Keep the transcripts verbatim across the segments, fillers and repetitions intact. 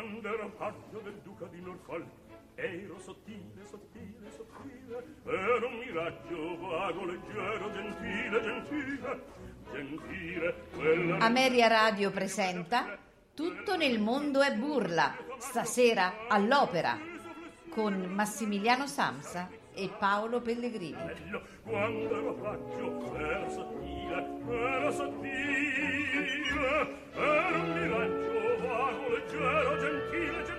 quando ero paggio del duca di Norfolk, ero sottile, sottile, sottile, ero un miraggio vago, leggero, gentile, gentile, gentile. Quella... Ameria Radio presenta Tutto nel mondo è burla, stasera all'Opera, con Massimiliano Samsa e Paolo Pellegrini. Quando ero paggio, ero sottile, ero sottile, ero un miraggio vago, leggero, gentile, gentile.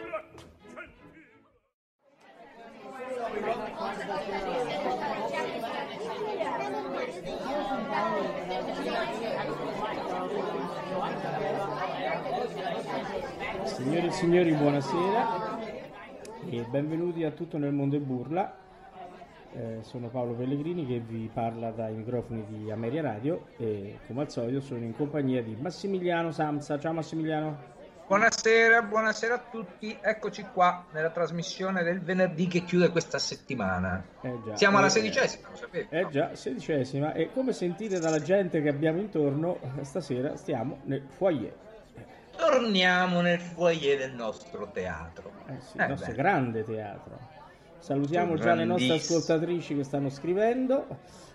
Signore e signori, buonasera e benvenuti a Tutto nel mondo è burla. Eh, sono Paolo Pellegrini che vi parla dai microfoni di Ameria Radio e come al solito sono in compagnia di Massimiliano Samsa. Ciao Massimiliano. Buonasera, buonasera a tutti, eccoci qua nella trasmissione del venerdì che chiude questa settimana. Eh già, Siamo alla eh, sedicesima, lo sapete? Eh già, sedicesima, e come sentite dalla gente che abbiamo intorno, stasera stiamo nel foyer. Torniamo nel foyer del nostro teatro. Eh sì, eh il nostro beh. grande teatro. Salutiamo già le nostre ascoltatrici che stanno scrivendo.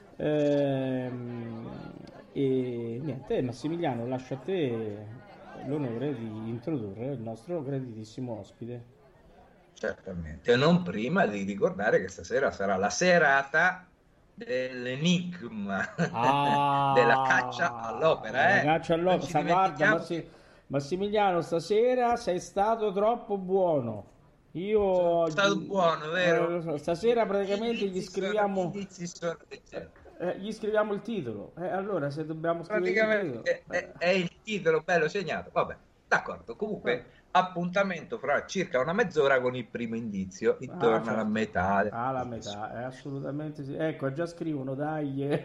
Ehm, e niente, Massimiliano, lascio a te l'onore di introdurre il nostro graditissimo ospite. Certamente, non prima di ricordare che stasera sarà la serata dell'enigma, Ah, della caccia all'opera. Eh? La caccia all'opera. Non ci Sta, guarda, Massi- che... Massimiliano, stasera sei stato troppo buono. Io Sono stato buono, vero? Eh, stasera praticamente gli scriviamo sono, eh, gli scriviamo il titolo. Eh, allora se dobbiamo scrivere il titolo, è, è, è il titolo bello segnato. Vabbè, d'accordo. Comunque eh. appuntamento fra circa una mezz'ora con il primo indizio. Intorno ah, certo. alla metà. Alla metà, è assolutamente sì. Ecco, già scrivono, dai.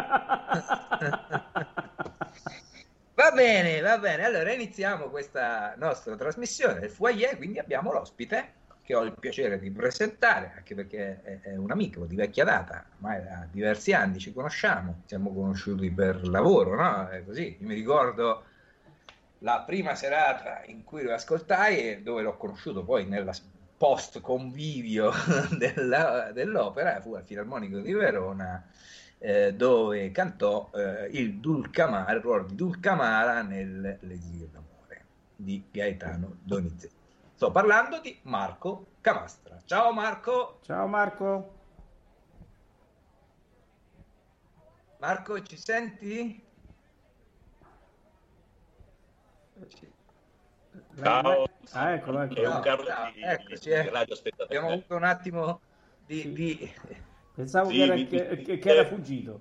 Va bene, va bene. Allora iniziamo questa nostra trasmissione del foyer, quindi abbiamo l'ospite che ho il piacere di presentare, anche perché è, è un amico di vecchia data, ormai da diversi anni ci conosciamo, siamo conosciuti per lavoro, no? È così. Io mi ricordo la prima serata in cui lo ascoltai e dove l'ho conosciuto poi nella post convivio della, dell'opera, fu al Filarmonico di Verona, Eh, dove cantò eh, il Dulcamara, il ruolo di Dulcamara nell'Esilio d'amore di Gaetano Donizetti. Sto parlando di Marco Camastra. Ciao Marco. Ciao Marco. Marco, ci senti? Ciao. Ah, ecco, ecco. È un Carlo Ciao, di, eccoci, di eh. Radio Spettatore. Abbiamo avuto un attimo di... Sì. di... Pensavo sì, che, era, mi, che, mi, che, che era fuggito.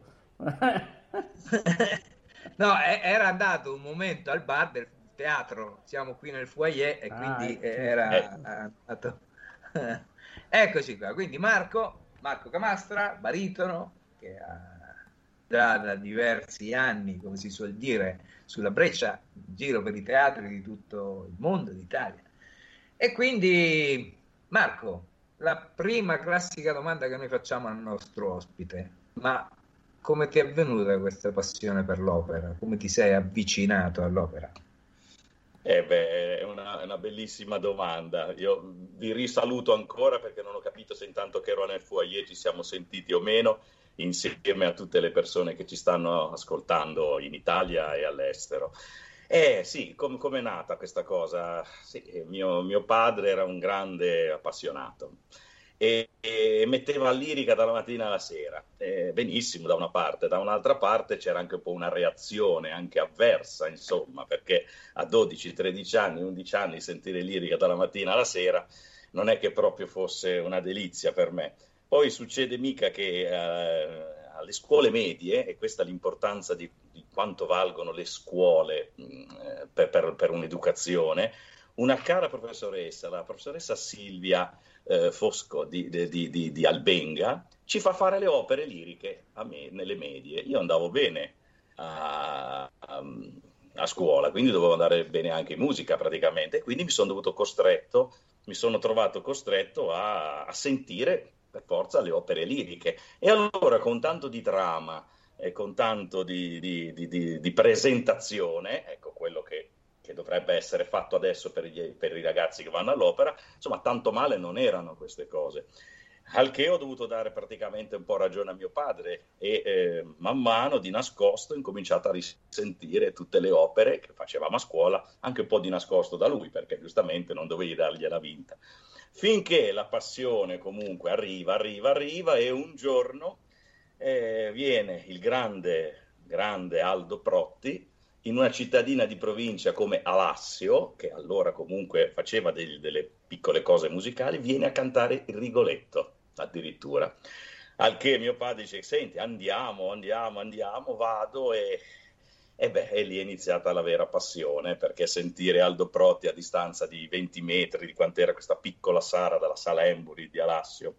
No, era andato un momento al bar del teatro, siamo qui nel foyer e ah, quindi eh, era andato. Eccoci qua, quindi Marco, Marco Camastra, baritono, che ha già da diversi anni, come si suol dire, sulla breccia, in giro per i teatri di tutto il mondo, d'Italia. E quindi, Marco, la prima classica domanda che noi facciamo al nostro ospite: ma come ti è venuta questa passione per l'opera? Come ti sei avvicinato all'opera? Eh beh, è una, una bellissima domanda. Io vi risaluto ancora perché non ho capito se intanto che ero nel foyer ci siamo sentiti o meno, insieme a tutte le persone che ci stanno ascoltando in Italia e all'estero. Eh sì, com- come è nata questa cosa? Sì, mio, mio padre era un grande appassionato e, e metteva lirica dalla mattina alla sera. Eh, benissimo da una parte, da un'altra parte c'era anche un po' una reazione, anche avversa, insomma, perché a dodici, tredici anni, undici anni sentire lirica dalla mattina alla sera non è che proprio fosse una delizia per me. Poi succede mica che eh, alle scuole medie, e questa è l'importanza di, di quanto valgono le scuole mh, per, per, per un'educazione, una cara professoressa, la professoressa Silvia eh, Fosco di, di, di, di Albenga, ci fa fare le opere liriche a me nelle medie. Io andavo bene a, a, a scuola, quindi dovevo andare bene anche in musica praticamente, quindi mi sono dovuto costretto, mi sono trovato costretto a, a sentire per forza le opere liriche. E allora con tanto di dramma e con tanto di, di, di, di, di presentazione, ecco quello che che dovrebbe essere fatto adesso per, gli, per i ragazzi che vanno all'opera, insomma tanto male non erano queste cose. Al che ho dovuto dare praticamente un po' ragione a mio padre e eh, man mano di nascosto ho incominciato a risentire tutte le opere che facevamo a scuola, anche un po' di nascosto da lui, perché giustamente non dovevi dargliela vinta. Finché la passione comunque arriva, arriva, arriva e un giorno eh, viene il grande, grande Aldo Protti in una cittadina di provincia come Alassio, che allora comunque faceva dei, delle piccole cose musicali, viene a cantare il Rigoletto. Addirittura, al che mio padre dice: senti, andiamo, andiamo, andiamo, vado e, e beh, e lì è iniziata la vera passione, perché sentire Aldo Protti a distanza di venti metri di quant'era questa piccola Sara dalla Sala Embury di Alassio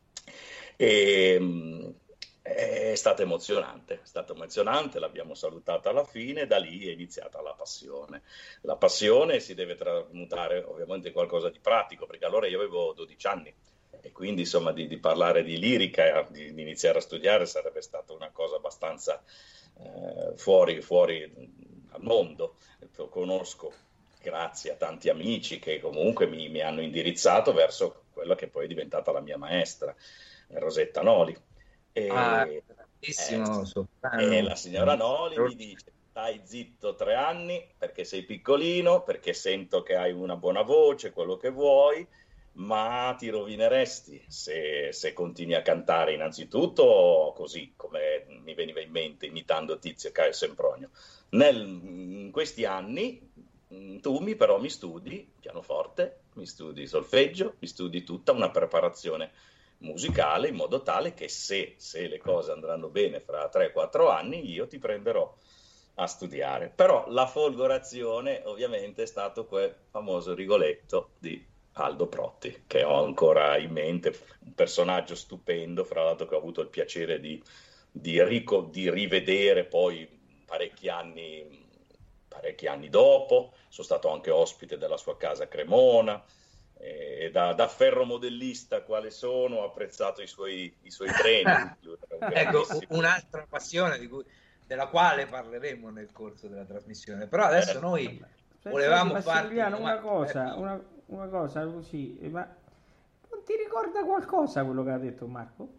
e, è stato emozionante, è stato emozionante, l'abbiamo salutata alla fine, da lì è iniziata la passione. La passione si deve tramutare ovviamente in qualcosa di pratico, perché allora io avevo dodici anni, e quindi insomma di, di parlare di lirica, di, di iniziare a studiare sarebbe stata una cosa abbastanza eh, fuori, fuori al mondo. Lo conosco grazie a tanti amici che comunque mi, mi hanno indirizzato verso quella che poi è diventata la mia maestra, Rosetta Noli. E, ah, bellissimo, eh, e la signora Noli mi dice: stai zitto tre anni perché sei piccolino, perché sento che hai una buona voce, quello che vuoi, ma ti rovineresti se, se continui a cantare, innanzitutto così come mi veniva in mente imitando Tizio, Caio e Sempronio. Nel, in questi anni tu mi però mi studi pianoforte, mi studi solfeggio, mi studi tutta una preparazione musicale in modo tale che se, se le cose andranno bene fra tre quattro anni io ti prenderò a studiare. Però la folgorazione ovviamente è stato quel famoso Rigoletto di Aldo Protti, che ho ancora in mente, un personaggio stupendo, fra l'altro che ho avuto il piacere di, di, rico, di rivedere poi parecchi anni, parecchi anni dopo. Sono stato anche ospite della sua casa a Cremona e da, da ferromodellista quale sono ho apprezzato i suoi, i suoi treni. Ecco, un'altra passione di cui, della quale parleremo nel corso della trasmissione, però adesso eh. noi volevamo farti una cosa, una... Una cosa così, ma non ti ricorda qualcosa quello che ha detto Marco?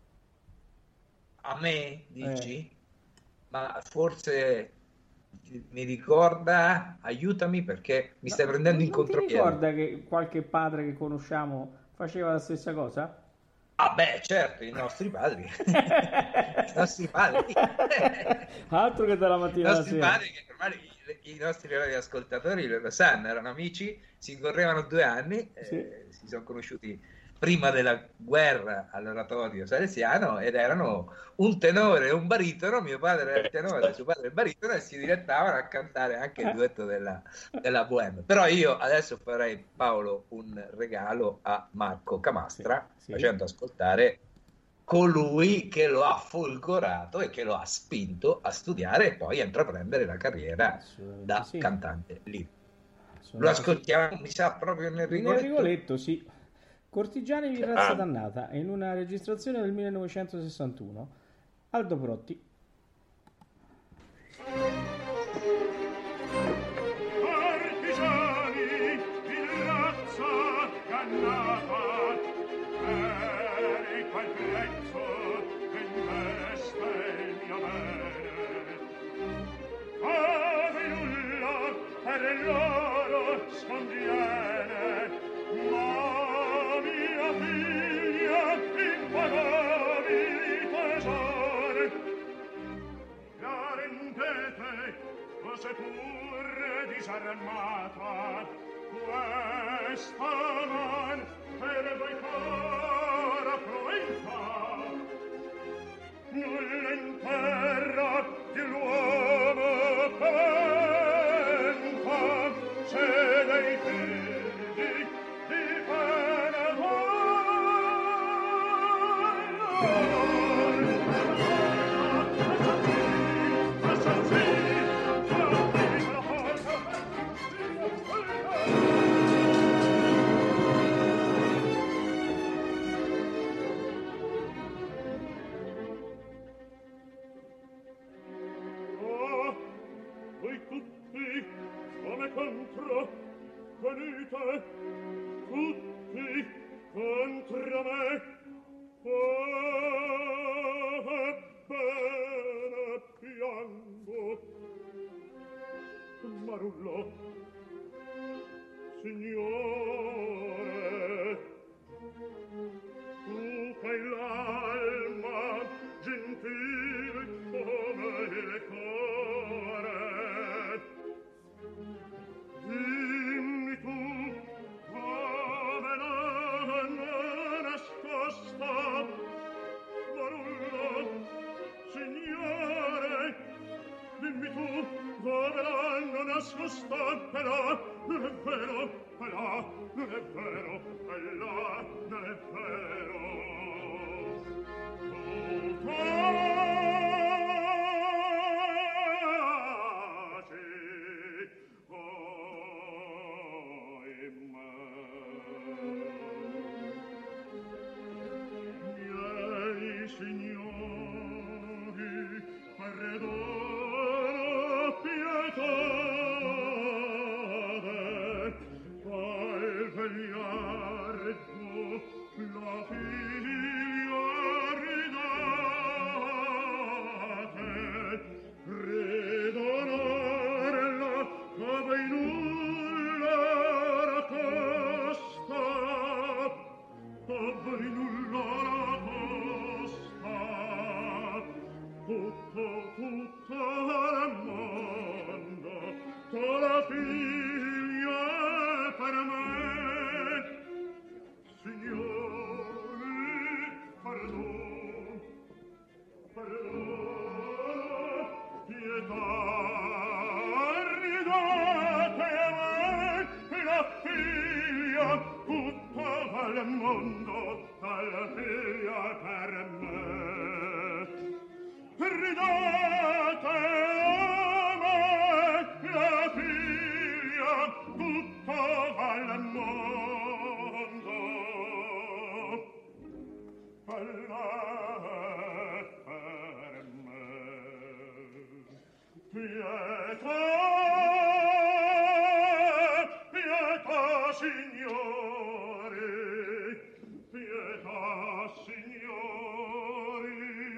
A me, dici? Eh. Ma forse mi ricorda, aiutami perché mi no, stai prendendo in contropiede. Non ti ricorda che qualche padre che conosciamo faceva la stessa cosa? Ah beh, certo, i nostri padri. I nostri padri. Altro che dalla mattina alla sera. I nostri padri che ormai i nostri ascoltatori lo sanno, erano amici, si correvano due anni, sì. eh, si sono conosciuti prima della guerra all'oratorio salesiano ed erano un tenore e un baritono. Mio padre era il tenore, suo padre il baritono, e si dilettavano a cantare anche il duetto della, della Bohème. Però io adesso farei, Paolo, un regalo a Marco Camastra, sì, sì. facendo ascoltare colui che lo ha folgorato e che lo ha spinto a studiare e poi a intraprendere la carriera da sì. cantante lì. Lo ascoltiamo, mi sa, proprio nel Rigoletto. Nel Rigoletto, sì. Cortigiani di razza ah. dannata, in una registrazione del millenovecentosessantuno. Aldo Protti. Cortigiani di razza dannata, per qual prezzo che investe il mio bene. Ave nulla per loro sconviene, ma mia figlia impagabili tesori la rendete, o seppur disarmata, questa man per voi cara proventa. Nulla in terra di l'uomo paventa, se dei figli di pena venite tutti contro me, oh, bene piango. Marullo, signore, tu fai l'alma gentile come il cuore. Dimmi tu come l'anima nascosta, Marullo, signore, dimmi tu dove l'hanno nascosta, e là non è vero, e là non è vero, e là non è vero. Tu taci, oimè. Miei signori, perdono, pietate, qual vegliardo la figlia ridate, redonarla come in nulla raccosta, come in nulla raccosta, tutto, tutto il mondo, tutta la figlia per me. Signori, pardon, pardon, pietà, ridate a me la figlia, tutto il mondo, la figlia per me. Ridate a me la figlia, tutto il mondo, alla per me. Pietà, pietà, signori, pietà, signori.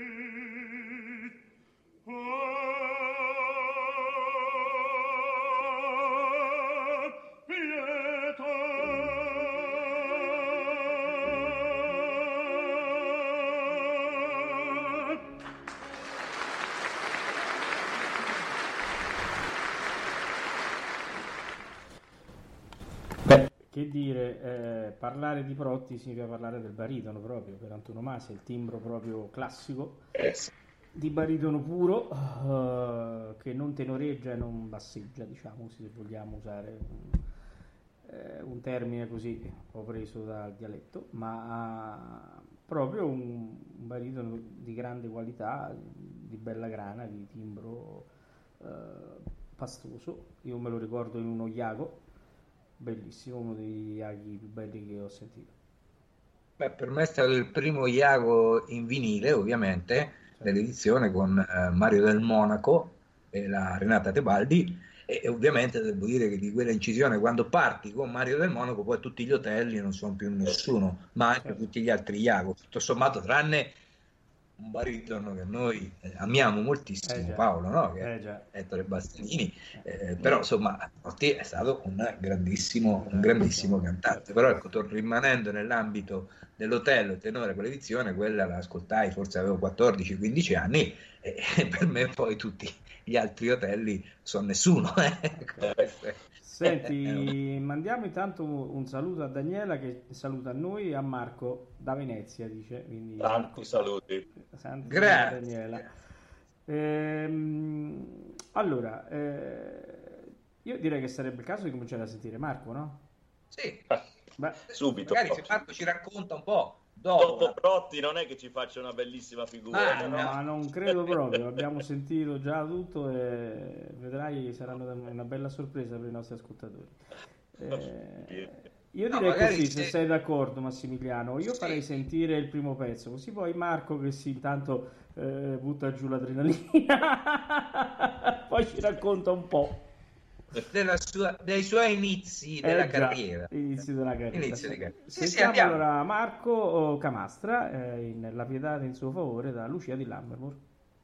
Beh, che dire, eh, parlare di Protti significa parlare del baritono proprio, per antonomasia, il timbro proprio classico di baritono puro, eh, che non tenoreggia e non basseggia, diciamo così, se vogliamo usare un, eh, un termine così un po' preso dal dialetto, ma proprio un, un baritono di grande qualità, di bella grana, di timbro eh, pastoso. Io me lo ricordo in uno Iago, bellissimo, uno degli Iaghi più belli che ho sentito. Beh, per me è stato il primo Iago in vinile, ovviamente, dell'edizione con eh, Mario del Monaco e la Renata Tebaldi, e, e ovviamente devo dire che di quella incisione, quando parti con Mario del Monaco, poi tutti gli otelli non sono più nessuno, ma anche certo. Tutti gli altri Iago, tutto sommato, tranne un baritono che noi eh, amiamo moltissimo, eh Paolo, no? Che eh è Ettore Bastianini, eh, però insomma Protti è stato un grandissimo, un grandissimo cantante. Però ecco, rimanendo nell'ambito dell'Otello tenore quell'edizione, quella la ascoltai, forse avevo quattordici quindici anni, e, e per me poi tutti gli altri Otelli sono nessuno. Eh. Senti, mandiamo intanto un saluto a Daniela che saluta a noi e a Marco da Venezia, dice. Quindi Tanti Marco, saluti. Santi Grazie. Daniela. Ehm, allora, eh, io direi che sarebbe il caso di cominciare a sentire Marco, no? Sì. Beh, Subito. Magari se Marco ci racconta un po'. Dopo, Dopo Protti non è che ci faccia una bellissima figura. Ah, no? ma non credo proprio, abbiamo sentito già tutto e vedrai saranno una bella sorpresa per i nostri ascoltatori. Eh, io No, direi magari così, se- se sei d'accordo Massimiliano, io Sì. farei sentire il primo pezzo, così poi Marco che si intanto eh, butta giù l'adrenalina, poi ci racconta un po'. della sua, dei suoi inizi della Eh già, carriera. inizio della carriera. Inizio di carriera. Sì, sì, Sentiamo andiamo. allora Marco Camastra eh, in La pietà in suo favore da Lucia di Lammermoor.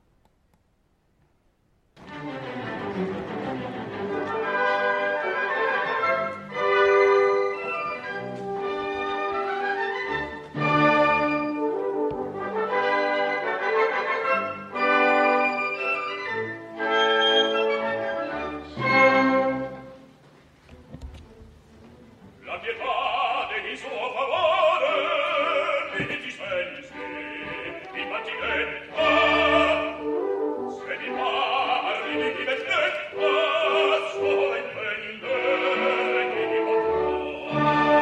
La pietà di suo favore mi dispensi di battimento, se mi parli di vendetta, solo intendere che mi potrò.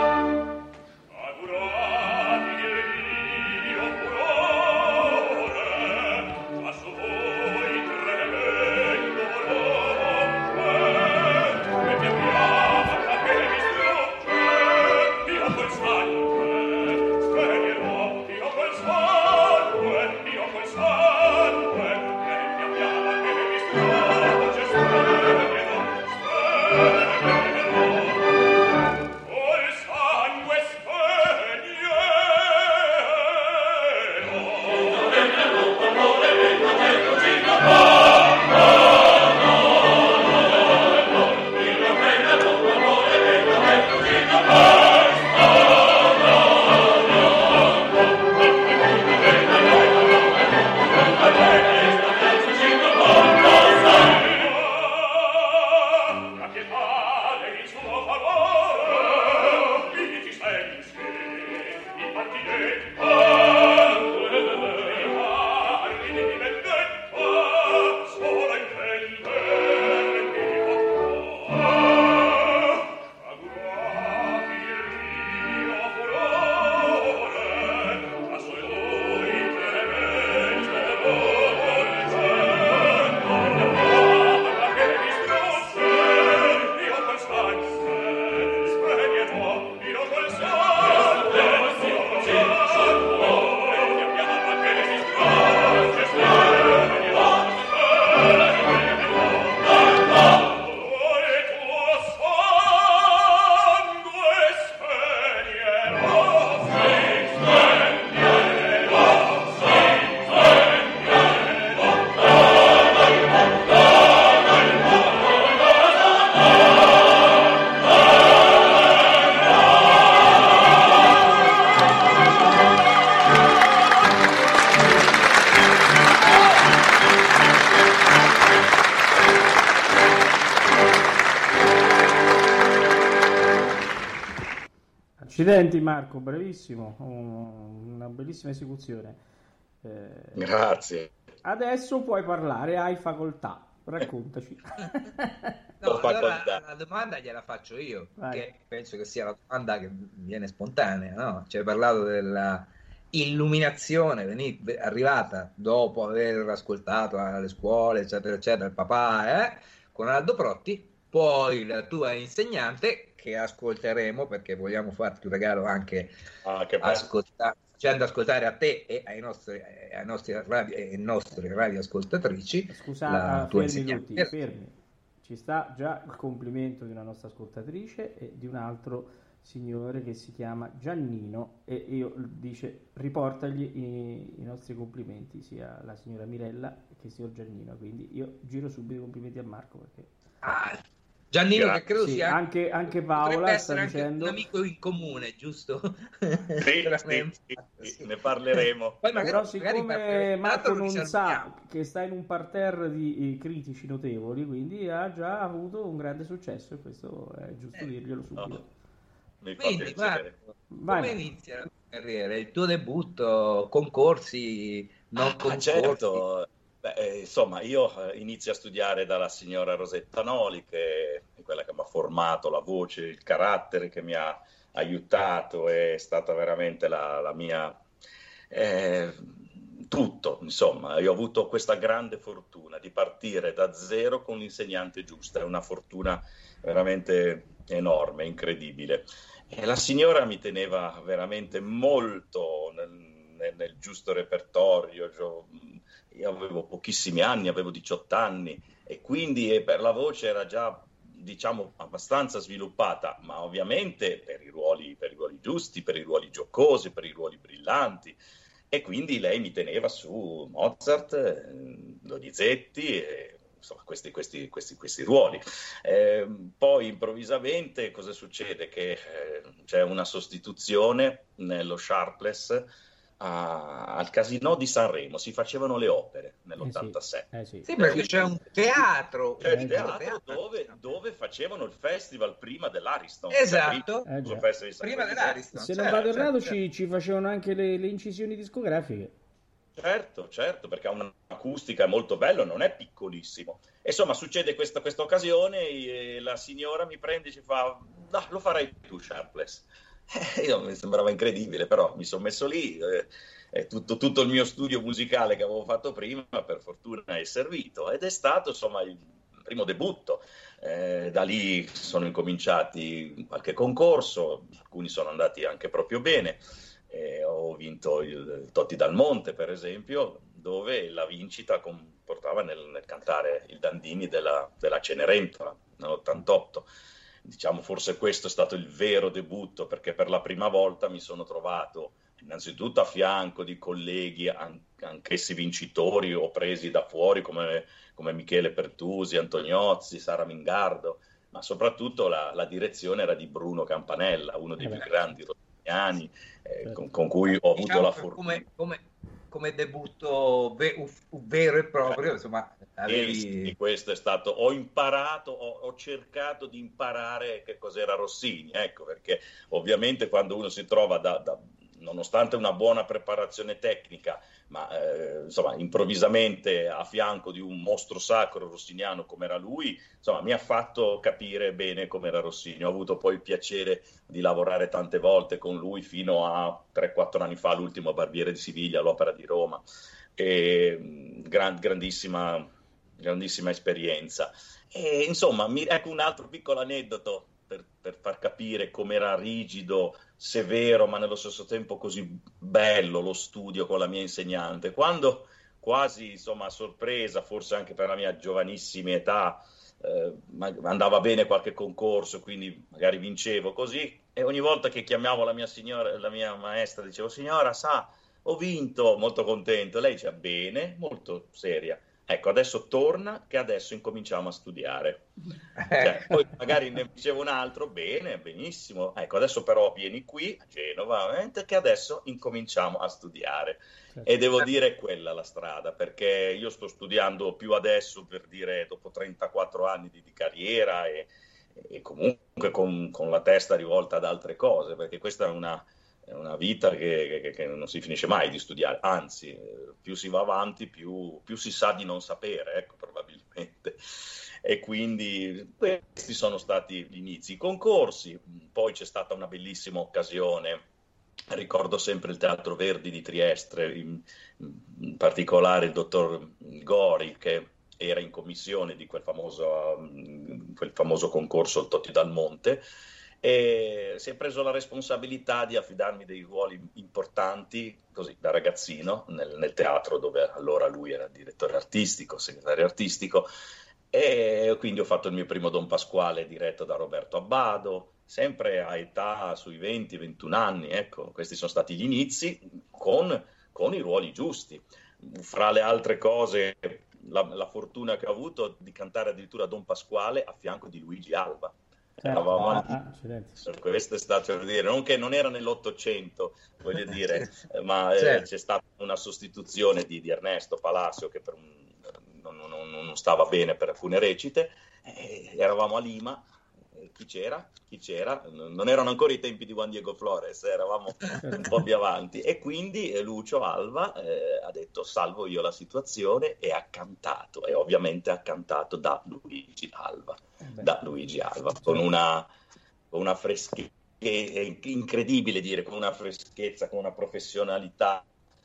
Augurati il mio furore, a su voi tremendo dolore, e che fiamma che mi strugge, io col sangue spegnerò, io col sangue, io col sangue, e mia fiamma che mi strugge, spegnerò, spegnerò, col sangue spegnerò. La pietà del suo favore, viti sensi, i partinetta, i parli di vendetta, solo intendere che mi potrò. Augurati il mio furore, a suoi tremende dolce, che mi strugge, io col sangue spegnerò, io col sangue, io col sangue, e mia fiamma che mi strugge, spegnerò, spegnerò, e tuo sangue spegnerò, sì, spegnerò, sì, Accidenti Marco, bravissimo, un- una bellissima esecuzione. Eh, Grazie. adesso puoi parlare, hai facoltà, raccontaci. No, Ho fatto allora da- la domanda gliela faccio io, Vai. che penso che sia la domanda che viene spontanea, no? Ci hai parlato della illuminazione veni- arrivata dopo aver ascoltato alle scuole, eccetera, eccetera, il papà, eh, con Aldo Protti, poi la tua insegnante, che ascolteremo perché vogliamo farti un regalo anche Ah, che bello. ascolta- facendo ascoltare a te e ai nostri, ai nostri radio, ai nostri radioascoltatrici Scusa, la ah, tua fermi insegnante. tutti, fermi. Ci sta già il complimento di una nostra ascoltatrice e di un altro signore che si chiama Giannino e io dice riportagli i, i nostri complimenti sia la signora Mirella che il signor Giannino, quindi io giro subito i complimenti a Marco perché Ah, Giannino, Grazie. che credo sì, sia anche, anche potrebbe Paola sta essere anche dicendo un amico in comune, giusto? Sì, Te la sì, ne- sì, sì, ne parleremo. Poi magari- però magari siccome parleremo. Marco Tanto non ci sa salutiamo. che sta in un parterre di eh, critici notevoli, quindi ha già avuto un grande successo e questo è giusto Eh, dirglielo subito. No, mi fa Quindi, piacere. Marco, Vai, come Marco. inizia la tua carriera? Il tuo debutto, concorsi, non Ah, concorsi? certo. Beh, eh, insomma, io eh, inizio a studiare dalla signora Rosetta Noli, che è quella che mi ha formato la voce, il carattere, che mi ha aiutato, è stata veramente la, la mia... eh, tutto, insomma, io ho avuto questa grande fortuna di partire da zero con l'insegnante giusta, è una fortuna veramente enorme, incredibile. E la signora mi teneva veramente molto nel, nel, nel giusto repertorio. Io, io avevo pochissimi anni, avevo diciotto anni e quindi eh, per la voce era già diciamo abbastanza sviluppata, ma ovviamente per i ruoli, per i ruoli giusti, per i ruoli giocosi, per i ruoli brillanti, e quindi lei mi teneva su Mozart, Donizetti, e, insomma questi, questi, questi, questi ruoli. Eh, poi improvvisamente cosa succede? Che eh, c'è una sostituzione nello Sharpless a, al Casino di Sanremo, si facevano le opere nell'ottantasette. Eh sì, eh sì. Sì, perché c'è un teatro, C'è Eh, il già. teatro, teatro. dove, dove facevano il festival prima dell'Ariston. Esatto. Cioè, Eh, prima, già. festival di Prima Sanremo. dell'Ariston. Se certo, non vado errato certo, ci, ci facevano anche le, le incisioni discografiche. Certo, certo, perché ha un'acustica molto bella, non è piccolissimo. E insomma, succede questa, questa occasione e la signora mi prende e ci fa, no, lo farai tu, Sharpless. Eh, io mi sembrava incredibile, però mi sono messo lì, eh, e tutto, tutto il mio studio musicale che avevo fatto prima, per fortuna, è servito. Ed è stato, insomma, il primo debutto. Eh, da lì sono incominciati qualche concorso, alcuni sono andati anche proprio bene. Eh, ho vinto il Totti dal Monte, per esempio, dove la vincita comportava nel, nel cantare il Dandini della, della Cenerentola nell'ottantotto. Diciamo, forse questo è stato il vero debutto, perché per la prima volta mi sono trovato innanzitutto a fianco di colleghi an- anch'essi vincitori o presi da fuori come, come Michele Pertusi, Antoniozzi, Sara Mingardo, ma soprattutto la, la direzione era di Bruno Campanella, uno dei Eh più beh. grandi rossiniani, eh, Certo. con, con cui ho avuto Diciamo la che fortuna. come, come, come debutto ve- uff- vero e proprio, insomma, Eh, avevi... sì, questo è stato, ho imparato, ho, ho cercato di imparare che cos'era Rossini, ecco, perché ovviamente quando uno si trova da, da nonostante una buona preparazione tecnica, ma eh, insomma improvvisamente a fianco di un mostro sacro rossiniano come era lui, insomma mi ha fatto capire bene come era Rossini. Ho avuto poi il piacere di lavorare tante volte con lui fino a tre quattro anni fa, l'ultimo Barbiere di Siviglia, all'Opera di Roma, e gran, grandissima, grandissima esperienza. E insomma, mi, ecco un altro piccolo aneddoto per, per far capire com'era rigido, severo, ma nello stesso tempo così bello lo studio con la mia insegnante. Quando quasi, insomma, a sorpresa, forse anche per la mia giovanissima età, eh, andava bene qualche concorso, quindi magari vincevo così, e ogni volta che chiamavo la mia signora, la mia maestra, dicevo, signora, sa, ho vinto, molto contento. Lei diceva, bene, molto seria. Ecco, adesso torna, che adesso incominciamo a studiare. Cioè, poi magari ne dicevo un altro, bene, benissimo. Ecco, adesso però vieni qui a Genova, eh, che adesso incominciamo a studiare. Certo. E devo dire è quella la strada, perché io sto studiando più adesso, per dire, dopo trentaquattro anni di, di carriera e, e comunque con, con la testa rivolta ad altre cose, perché questa è una... è una vita che, che, che non si finisce mai di studiare, anzi, più si va avanti, più, più si sa di non sapere, ecco, probabilmente. E quindi questi sono stati gli inizi, i concorsi. Poi c'è stata una bellissima occasione, ricordo sempre il Teatro Verdi di Trieste, in, in particolare il dottor Gori, che era in commissione di quel famoso, quel famoso concorso il Totti dal Monte, e si è preso la responsabilità di affidarmi dei ruoli importanti così da ragazzino nel, nel teatro, dove allora lui era direttore artistico, segretario artistico, e quindi ho fatto il mio primo Don Pasquale diretto da Roberto Abbado, sempre a età sui venti ventuno anni. Ecco, questi sono stati gli inizi con, con i ruoli giusti. Fra le altre cose, la, la fortuna che ho avuto di cantare addirittura Don Pasquale a fianco di Luigi Alba. Certo. Eravamo Ah, lì. ah, Questo è stato, per dire, non che non era nell'Ottocento, voglio dire, ma eh, Certo. c'è stata una sostituzione di, di Ernesto Palacio che per un, non, non, non stava bene per alcune recite, eh, eravamo a Lima, eh, chi c'era? Chi c'era? Non erano ancora i tempi di Juan Diego Flores, eravamo un po' più avanti, e quindi eh, Lucio Alva eh, ha detto salvo io la situazione, e ha cantato, e ovviamente ha cantato da Luigi Alva. da Luigi Alva, con una, con una freschezza, è incredibile dire, con una freschezza, con una professionalità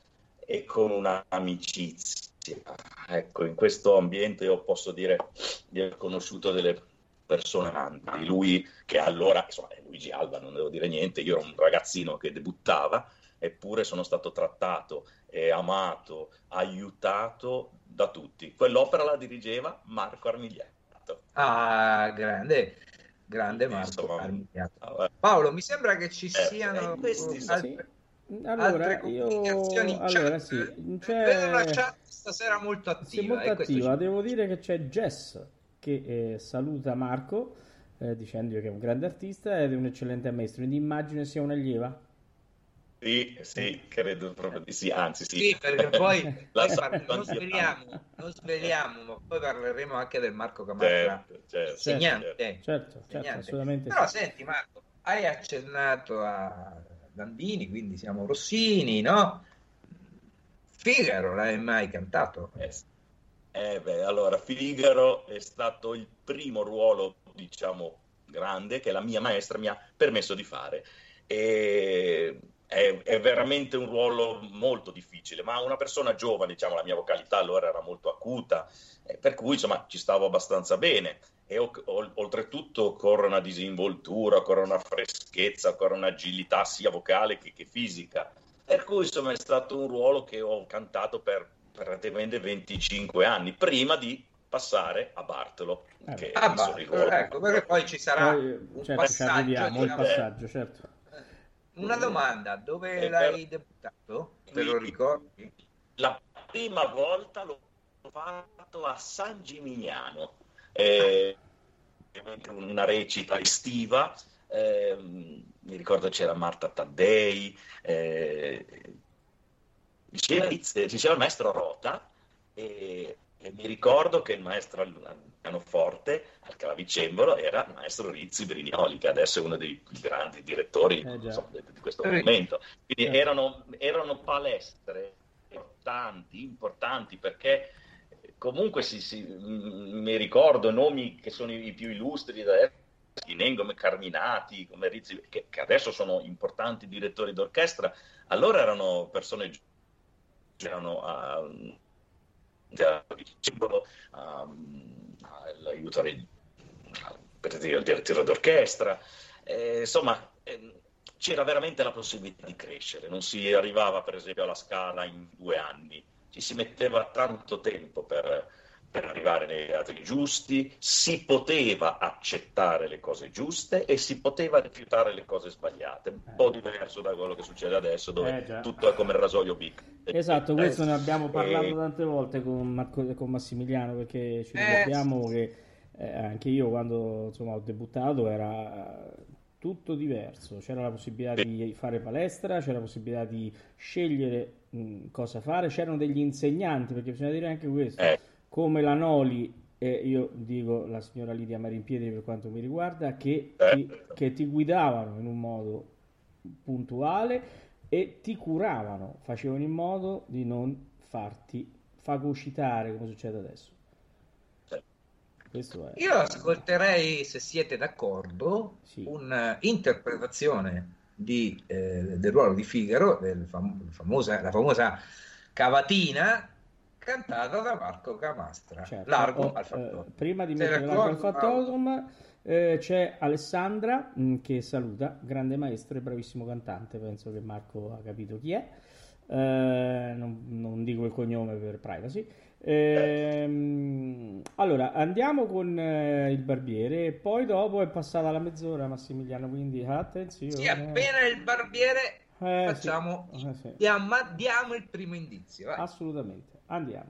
e con una amicizia. Ecco, in questo ambiente io posso dire di aver conosciuto delle persone amanti. Lui, che allora, insomma, è Luigi Alva, non devo dire niente, io ero un ragazzino che debuttava, eppure sono stato trattato e amato, aiutato da tutti. Quell'opera la dirigeva Marco Armigliato. Ah, grande, grande Marco Insomma, Arminiato. vabbè. Paolo, mi sembra che ci Eh, siano eh, questi uh, sono- Sì. altre, altre Allora, comunicazioni io... in Allora, chat. sì, Vedo una c'è... chat stasera molto Sì, attiva molto e questo attiva. ci... Devo dire che c'è Jess che eh, saluta Marco eh, dicendo che è un grande artista ed è un eccellente maestro. Quindi immagino sia un'allieva. Sì, sì, credo proprio di sì, anzi sì. Sì, perché poi, La poi par- saluto non anch'io sveliamo, tanto. non sveliamo, ma poi parleremo anche del Marco Camastra Certo, certo, Certo, certo. insegnante. certo, certo, insegnante. assolutamente Però sì. senti Marco, hai accennato a Landini, quindi siamo Rossini, no? Figaro, l'hai mai cantato? Eh, sì. Eh, beh, allora, Figaro è stato il primo ruolo, diciamo, grande che la mia maestra mi ha permesso di fare. E è, è veramente un ruolo molto difficile, ma una persona giovane, diciamo, la mia vocalità allora era molto acuta, eh, per cui insomma ci stavo abbastanza bene. E o- o- oltretutto occorre una disinvoltura, occorre una freschezza, occorre un'agilità sia vocale che, che fisica. Per cui insomma è stato un ruolo che ho cantato per praticamente venticinque anni, prima di passare a Bartolo, Eh beh. che Ah, sono i bah, ruoli. ecco, perché poi ci sarà Poi, un certo, ci passaggio, arriviamo, il diciamo. passaggio, certo. Una domanda, dove E per l'hai debuttato? Te lo cui ricordi? la prima volta l'ho fatto a San Gimignano, Ah, eh, una recita estiva, ehm, mi ricordo c'era Marta Taddei, eh, diceva, diceva il maestro Rota e, e mi ricordo che il maestro al al pianoforte, al clavicembalo, era il maestro Rizzi Brignoli, che adesso è uno dei più grandi direttori Eh già, insomma, di, di questo eh, momento. Quindi certo. erano, erano palestre importanti, importanti perché comunque si, si, mh, mi ricordo nomi che sono i più illustri da Chinengo, come Carminati, come Rizzi, che, che adesso sono importanti direttori d'orchestra, allora erano persone giovani, erano a, a, a, all'aiuto al- per dire, al direttore d'orchestra. Eh, insomma, eh, c'era veramente la possibilità di crescere, non si arrivava per esempio alla Scala in due anni, ci si metteva tanto tempo per, per arrivare nei teatri giusti, si poteva accettare le cose giuste e si poteva rifiutare le cose sbagliate, un po' diverso da quello che succede adesso dove Eh già. tutto è come il rasoio big. Esatto, questo ne abbiamo parlato E- tante volte con, Marco, con Massimiliano perché ci eh, ricordiamo che eh, anche io quando insomma, ho debuttato era tutto diverso, c'era la possibilità di fare palestra, c'era la possibilità di scegliere mh, cosa fare, c'erano degli insegnanti, perché bisogna dire anche questo, eh, come la Noli e io dico la signora Lidia Marimpietri per quanto mi riguarda, che ti, certo. che ti guidavano in un modo puntuale e ti curavano, facevano in modo di non farti fagocitare come succede adesso. Questo è... io ascolterei, se siete d'accordo, Sì. un'interpretazione di, eh, del ruolo di Figaro, del fam- famosa, la famosa cavatina cantata da Marco Camastra, Certo, Largo ho, al eh, fattore. prima di Sei mettere l'arco al d'accordo, Paolo? fattotum eh, c'è Alessandra mh, che saluta, grande maestro e bravissimo cantante, penso che Marco ha capito chi è. Eh, non, non dico il cognome per privacy. Ehm, allora andiamo con eh, il barbiere e poi dopo è passata la mezz'ora Massimiliano, quindi Sì, attenzione. appena il barbiere Eh, sì. facciamo, Eh, sì. diamo, diamo il primo indizio. Vai. Assolutamente, andiamo.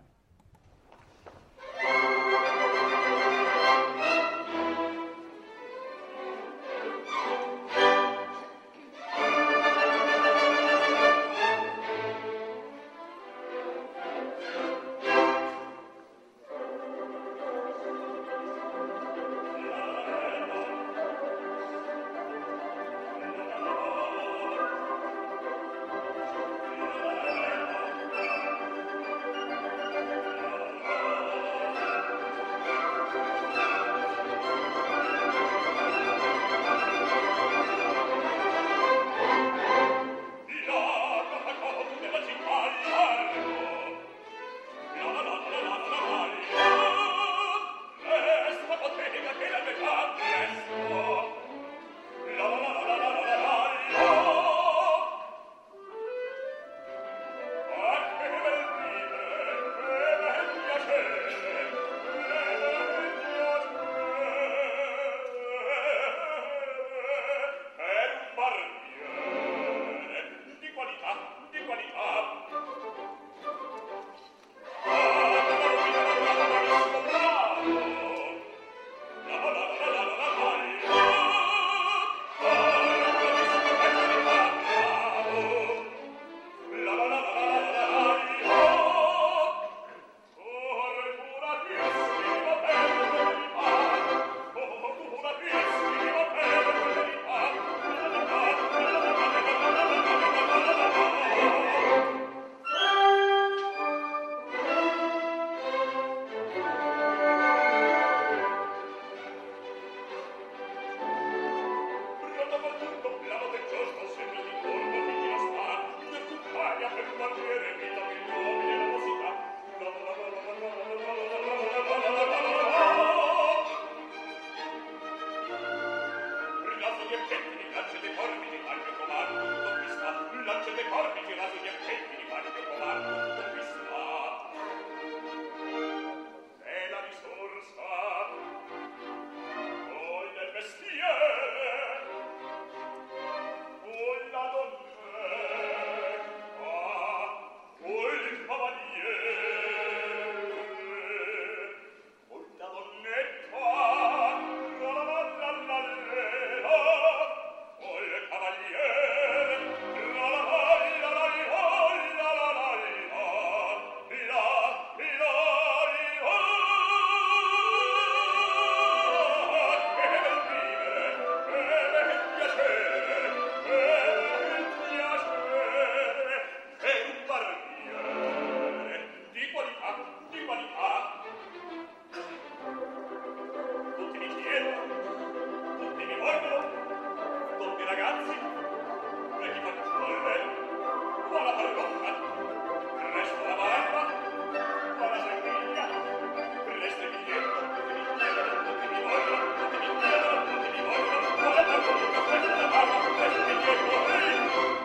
ragazzi, e chi faccione, qua la parrocca, il resto la barba, qua la sanguiglia, il resto è biglietto, tutti mi chiedono, tutti mi vogliono, tutti mi chiedono, tutti mi vogliono, qua la parrocca, questa la barba, il resto è biglietto, ehi!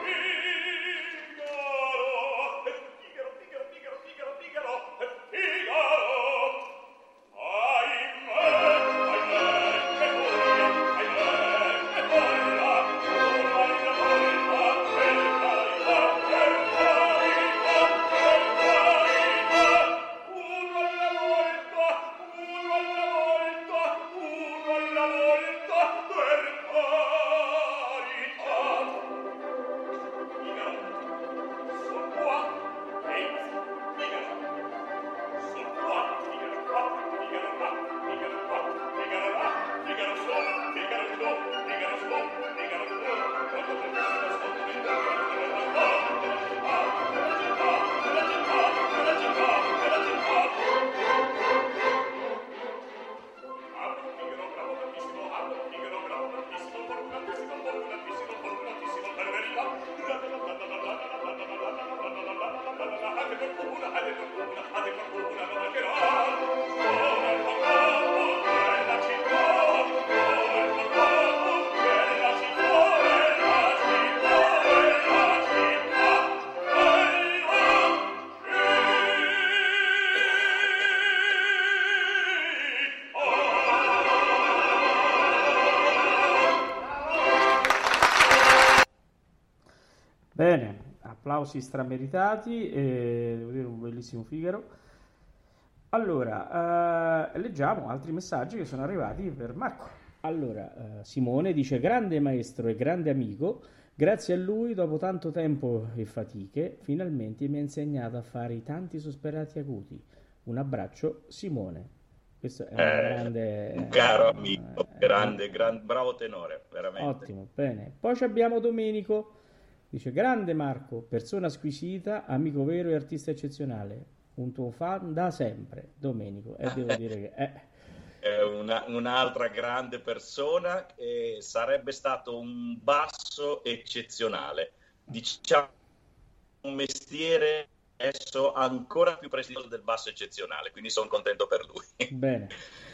Figaro, Figaro, Figaro, Figaro, Figaro, Figaro, ahimè, ahimè, che voi, ahimè, che volla, una volta, per carità, per carità, per carità, uno alla volta, uno alla volta, uno alla volta, per carità. Figaro, sono qua, ehi, Figaro, sono qua, Figaro qua, Figaro là, Figaro qua, Figaro là, Figaro su, Figaro giù, Figaro su, Figaro giù, quando tu mi sei nascosto dentro della città, della città, della città, della città, della città, della città. Amo Figaro, bravo tantissimo, amo Figaro, bravo tantissimo, fortunatissimo, fortunatissimo, fortunatissimo, per verità. Ade fortuna, ade fortuna, ade fortuna, non mancherò. Come il fantasma della città, come il fantasma della città, della città, della città. Bene, applausi strameritati, e devo dire un bellissimo Figaro. Allora, eh, leggiamo altri messaggi che sono arrivati per Marco. Allora, eh, Simone dice: grande maestro e grande amico, grazie a lui dopo tanto tempo e fatiche, finalmente mi ha insegnato a fare i tanti sosperati acuti. Un abbraccio, Simone. Questo è un Eh, grande... un caro amico, eh, grande, gran- bravo tenore, veramente. Ottimo, bene. Poi ci abbiamo Domenico. Dice: grande Marco, persona squisita, amico vero e artista eccezionale, un tuo fan da sempre, Domenico. E devo dire che eh, È una- un'altra grande persona e sarebbe stato un basso eccezionale. Diciamo un mestiere adesso ancora più prestigioso del basso eccezionale, quindi sono contento per lui. bene.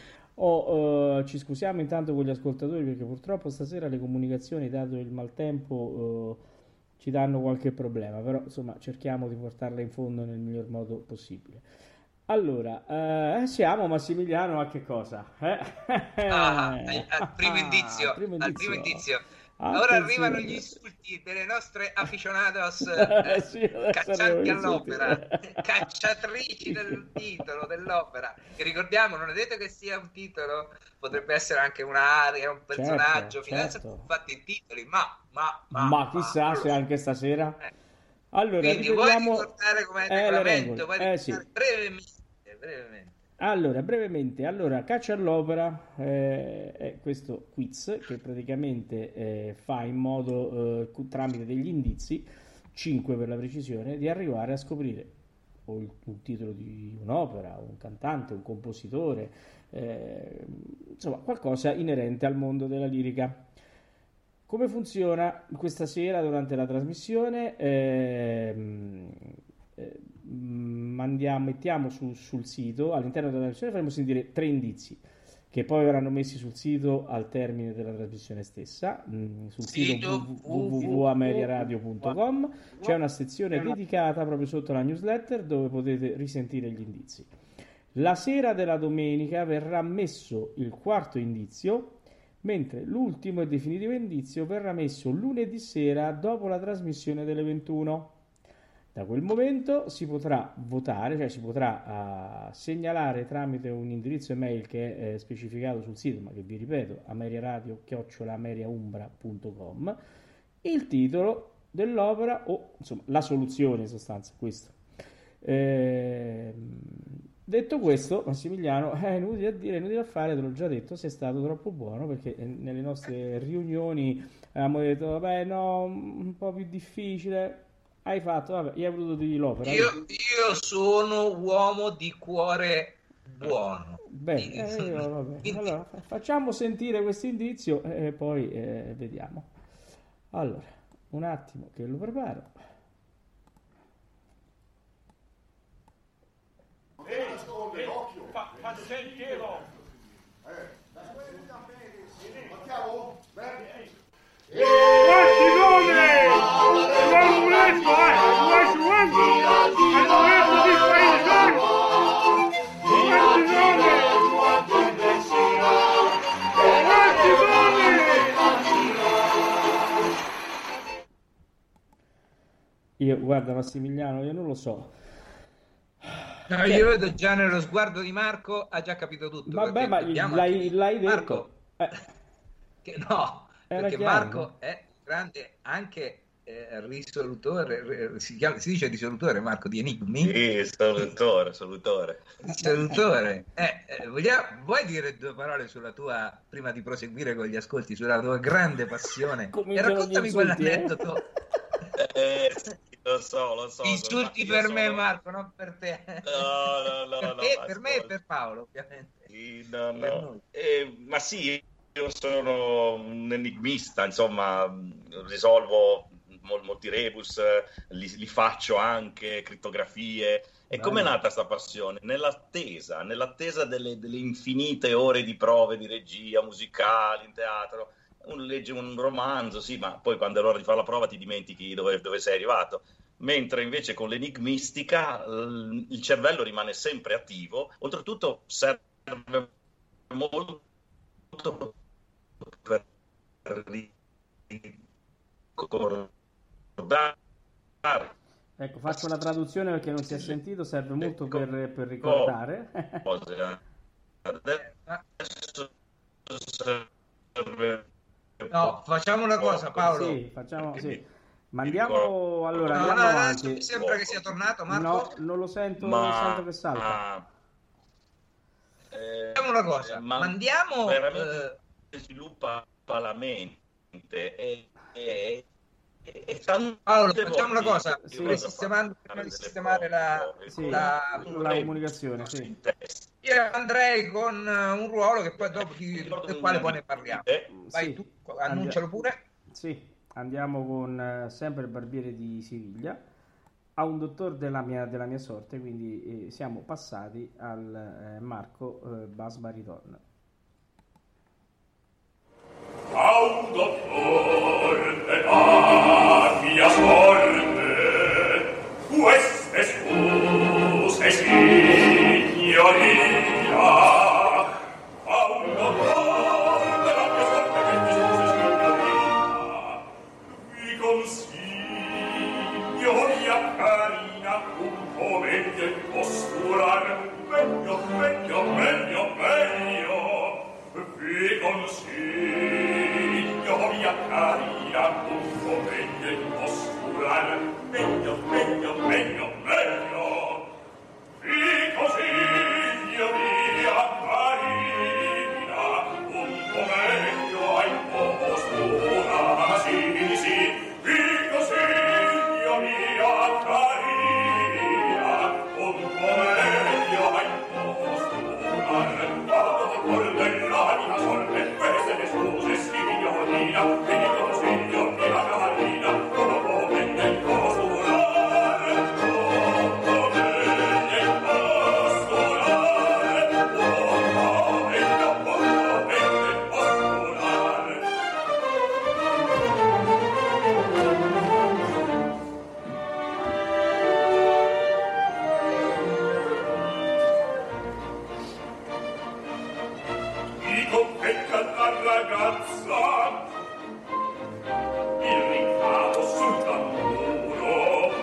Oh, eh, ci scusiamo intanto con gli ascoltatori perché purtroppo stasera le comunicazioni, dato il maltempo, eh, ci danno qualche problema, però insomma cerchiamo di portarla in fondo nel miglior modo possibile. Allora, eh, siamo Massimiliano a che cosa? Eh? Ah, al, al primo indizio, Al primo al primo indizio. indizio. Ora arrivano Attenzione. gli insulti delle nostre aficionados Eh, eh, sì, adesso caccianti arrivano gli insulti. all'opera, cacciatrici del titolo dell'opera. Che ricordiamo, non è detto che sia un titolo, potrebbe essere anche un'area, un personaggio. Certo, Finanza certo. fu fatti i titoli, ma, ma, ma, Ma chissà non se lo so. anche stasera. Eh. Allora, Quindi vuoi ripetiamo ricordare com'è il eh, le regolamento? Vuoi regole. Eh, sì. ricordare brevemente, brevemente. Allora, brevemente, allora, Caccia all'opera eh, è questo quiz che praticamente eh, fa in modo, eh, cu- tramite degli indizi, cinque per la precisione, di arrivare a scoprire o il, il titolo di un'opera, un cantante, un compositore, eh, insomma, qualcosa inerente al mondo della lirica. Come funziona questa sera durante la trasmissione? Ehm, eh, mandiamo, mettiamo su- sul sito, all'interno della trasmissione faremo sentire tre indizi che poi verranno messi sul sito al termine della trasmissione stessa. Mm, sul sito Sito w w w punto ameriaradio punto com c'è una sezione dedicata proprio sotto la newsletter dove potete risentire gli indizi. La sera della domenica verrà messo il quarto indizio, mentre l'ultimo e definitivo indizio verrà messo lunedì sera dopo la trasmissione delle ventuno. Da quel momento si potrà votare, cioè si potrà uh, segnalare tramite un indirizzo email che è eh, specificato sul sito, ma che vi ripeto, ameriaradio chiocciola ameriaumbra punto com, il titolo dell'opera o insomma la soluzione in sostanza, questo. Eh, detto questo, Massimiliano, è inutile a dire, è inutile a fare, te l'ho già detto, sei stato troppo buono perché nelle nostre riunioni avevamo detto, vabbè no, un po' più difficile. Hai fatto, vabbè, gli hai voluto dire l'opera. Io, io sono uomo di cuore buono. Bene, eh, io, vabbè. Allora, facciamo sentire questo indizio e poi eh, vediamo. Allora, un attimo che lo preparo. Fa sentiero! Quanti nome! Guarda un letto, eh! Guarda un letto! Hanno letto di paese! Quanti nome! Quanti nome! Io, guarda Massimiliano, io non lo so. No, io vedo già nello sguardo di Marco, ha già capito tutto. Vabbè, ma l'hai, l'hai detto. Marco, eh. che no, Era perché chiaro, Marco no? è grande anche eh, risolutore, si, chiama, si dice risolutore, Marco, di enigmi? Sì, solutore, solutore. Risolutore. Eh, eh, vogliamo, vuoi dire due parole sulla tua, prima di proseguire con gli ascolti, sulla tua grande passione? E raccontami quell'aneddoto. Eh, sì, lo so, lo so. Insulti per sono... me, Marco, non per te. No, no, no. per, no, te, no per me e per Paolo, ovviamente. Sì, no, no. Eh, ma sì, io sono un enigmista, insomma, risolvo mol, molti rebus, li, li faccio anche, crittografie. E com'è nata questa passione? Nell'attesa, nell'attesa delle, delle infinite ore di prove di regia, musicali, in teatro. Un, legge un romanzo, sì, ma poi quando è l'ora di fare la prova ti dimentichi dove, dove sei arrivato. Mentre invece con l'enigmistica il cervello rimane sempre attivo, oltretutto serve molto per ricordare. Ecco, faccio la traduzione perché non si è sentito, serve molto per, per ricordare. Adesso serve. No, facciamo una cosa, Paolo. Sì, facciamo, sì. Mandiamo, allora, no, andiamo no, avanti. Mi sembra che sia tornato, Marco. No, non lo sento, ma, non sento che salta. Eh, facciamo una cosa, ma mandiamo... Veramente eh... sviluppa la mente e... e... E Paolo, facciamo una cosa, sì. Prima di sistemare la, sì, la, la comunicazione, sì. Io andrei con un ruolo che poi dopo chi, del quale poi ne parliamo. Vai, sì. tu, annuncialo pure. Sì, andiamo con sempre il barbiere di Siviglia, a un dottor della mia, della mia sorte, quindi eh, siamo passati al eh, Marco eh, Bass Bariton. A un dottore della mia sorte, queste scuse signoria. A un dottore della mia sorte, queste scuse signoria. Vi consiglio, mia carina, un po' meglio il postular, meglio, meglio, meglio, meglio. Vi consiglio, mia carina, un po' meglio il postular, meglio, meglio, meglio, meglio. Vi consiglio, mia carina, un po' meglio il postular, sì, sì. Vi consiglio, mia carina, un po' meglio il postular, col della mia sorte, queste le scuse signorina, vi consiglio mia carina, come nel postular, come nel postular, come nel postular. Becca la ragazza, il ricavo sul tamburo,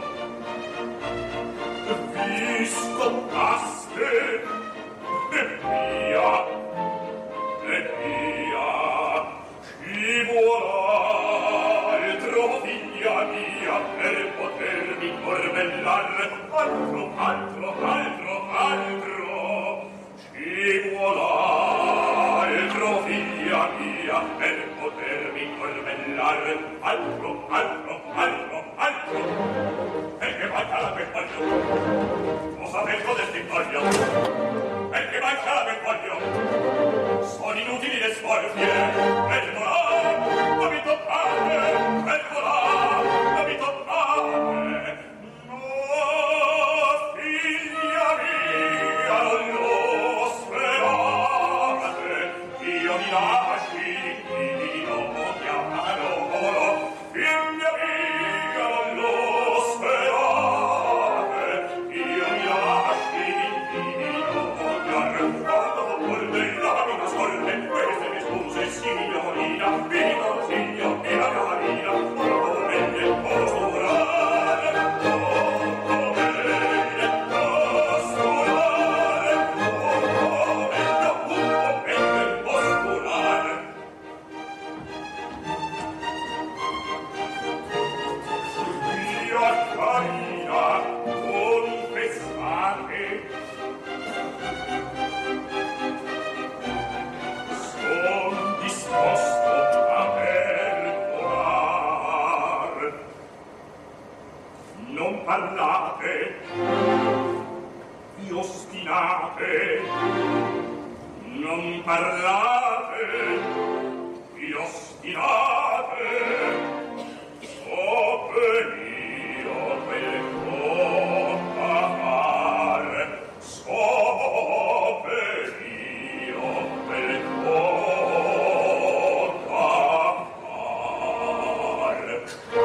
vi scoppaste e via, e via, chi vuole altro, figlia mia, per potermi corvellar, altro, altro, altro, altro, chi vuole altro, figlia mia, per potermi corvellar, altro, altro, altro, altro, perché manca la pettaglia, lo sapevo del tintorio, perché manca la pettaglia, sono inutili le sforzie, perdonare, non mi toccare, per parlate, vi ostinate, non parlate, vi ostinate, so per io quel tocca fare, so per io quel tocca fare.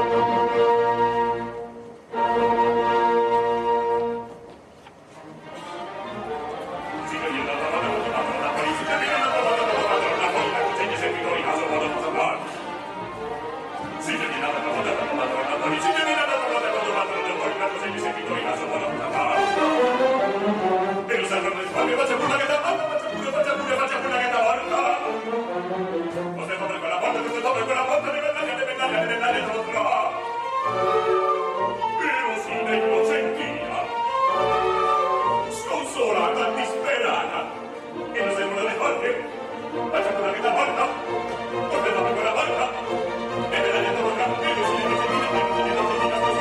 Sconsolata, disperata, e non sei una delle forti, la c'è quella che da porta, porteva per quella volta, e me la dieta vorrà, e non si deve sentire, e non si deve sentire, e non si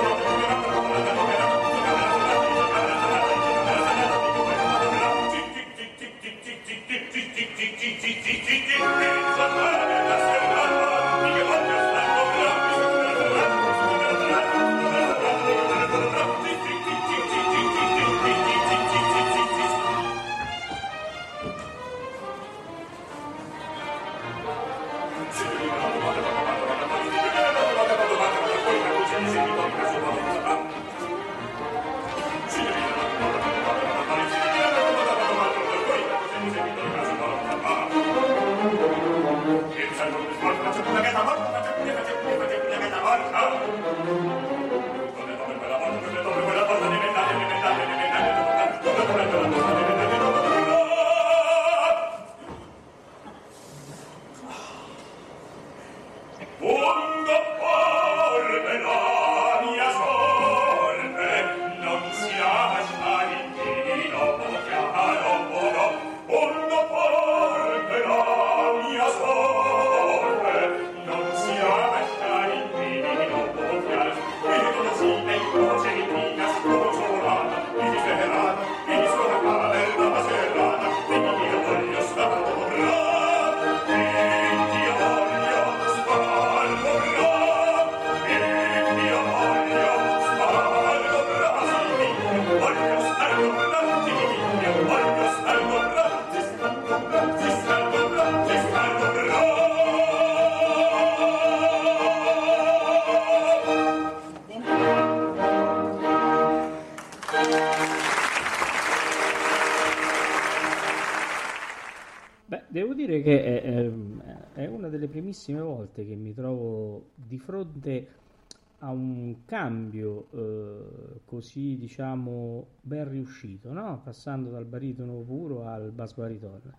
Devo dire che è, è una delle primissime volte che mi trovo di fronte a un cambio eh, così, diciamo, ben riuscito, no? Passando dal baritono puro al bass baritono.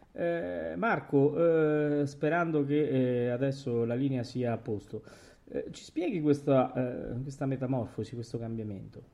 Eh, Marco, eh, sperando che eh, adesso la linea sia a posto, eh, ci spieghi questa, eh, questa metamorfosi, questo cambiamento?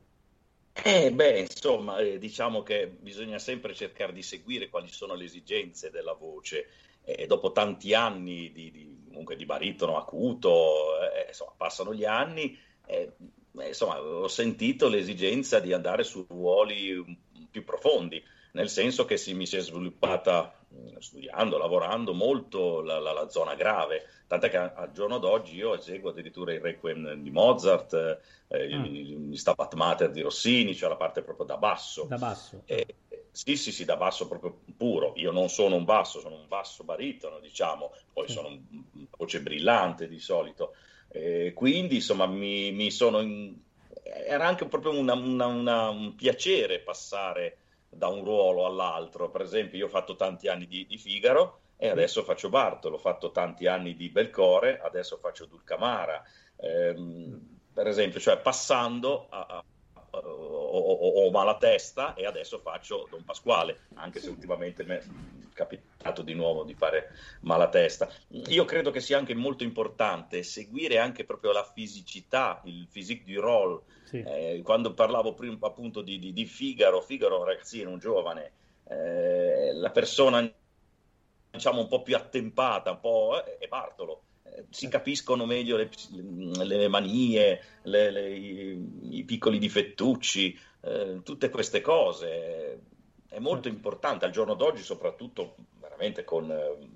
Eh beh, insomma, eh, diciamo che bisogna sempre cercare di seguire quali sono le esigenze della voce. E dopo tanti anni di, di, comunque di baritono acuto, eh, insomma, passano gli anni, eh, insomma, ho sentito l'esigenza di andare su ruoli più profondi, nel senso che si, mi si è sviluppata, studiando, lavorando molto, la, la, la zona grave, tant'è che al giorno d'oggi io eseguo addirittura il Requiem di Mozart, eh, mm. il Stabat Mater di Rossini, cioè la parte proprio da basso. Da basso. Eh, sì, sì, sì, da basso proprio puro. Io non sono un basso, sono un basso baritono, diciamo, poi sì. Sono un, un voce brillante di solito. Eh, quindi, insomma, mi, mi sono... In... Era anche proprio una, una, una, un piacere passare da un ruolo all'altro. Per esempio, io ho fatto tanti anni di, di Figaro e adesso faccio Bartolo, ho fatto tanti anni di Belcore, adesso faccio Dulcamara. Eh, per esempio, cioè passando a, a Ho, ho, ho Malatesta e adesso faccio Don Pasquale, anche se ultimamente mi è capitato di nuovo di fare Malatesta. Io credo che sia anche molto importante seguire anche proprio la fisicità, il physique du rôle. Sì. Eh, quando parlavo prima appunto di, di, di Figaro, Figaro è un ragazzino, un giovane, eh, la persona diciamo un po' più attempata, un po' è Bartolo. eh, si capiscono meglio le, le manie, le, le, i, i piccoli difettucci, eh, tutte queste cose. È molto importante, al giorno d'oggi soprattutto veramente con... Eh,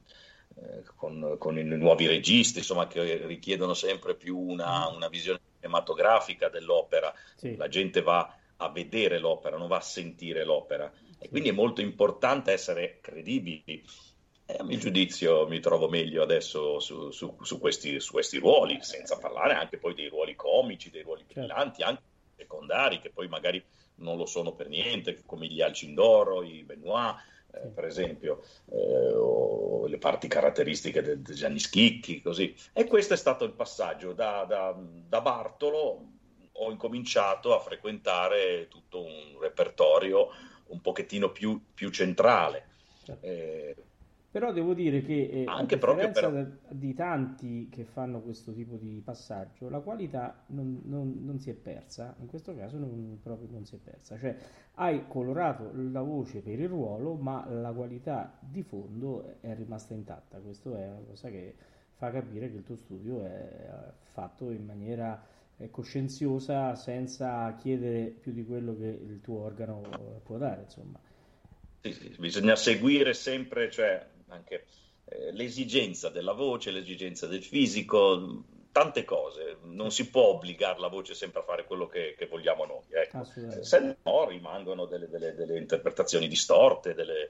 Con, con i nuovi registi, insomma, che richiedono sempre più una, una visione cinematografica dell'opera. Sì. La gente va a vedere l'opera, non va a sentire l'opera, e quindi è molto importante essere credibili. E a mio giudizio mi trovo meglio adesso su, su, su, questi, su questi ruoli, senza parlare anche poi dei ruoli comici, dei ruoli brillanti, anche secondari, che poi magari non lo sono per niente, come gli Alcindoro, i Benoit, Eh, per esempio, eh, o le parti caratteristiche di Gianni Schicchi, così. E questo è stato il passaggio. Da, da, da Bartolo ho incominciato a frequentare tutto un repertorio un pochettino più, più centrale. Eh, Però devo dire che eh, anche a proprio differenza per... di tanti che fanno questo tipo di passaggio, la qualità non, non, non si è persa, in questo caso non, proprio non si è persa, cioè hai colorato la voce per il ruolo, ma la qualità di fondo è rimasta intatta. Questo è una cosa che fa capire che il tuo studio è fatto in maniera coscienziosa, senza chiedere più di quello che il tuo organo può dare, insomma. Sì, sì, bisogna seguire sempre, cioè anche eh, l'esigenza della voce, l'esigenza del fisico, tante cose. Non si può obbligare la voce sempre a fare quello che, che vogliamo noi, ecco. Se no rimangono delle, delle, delle interpretazioni distorte, delle...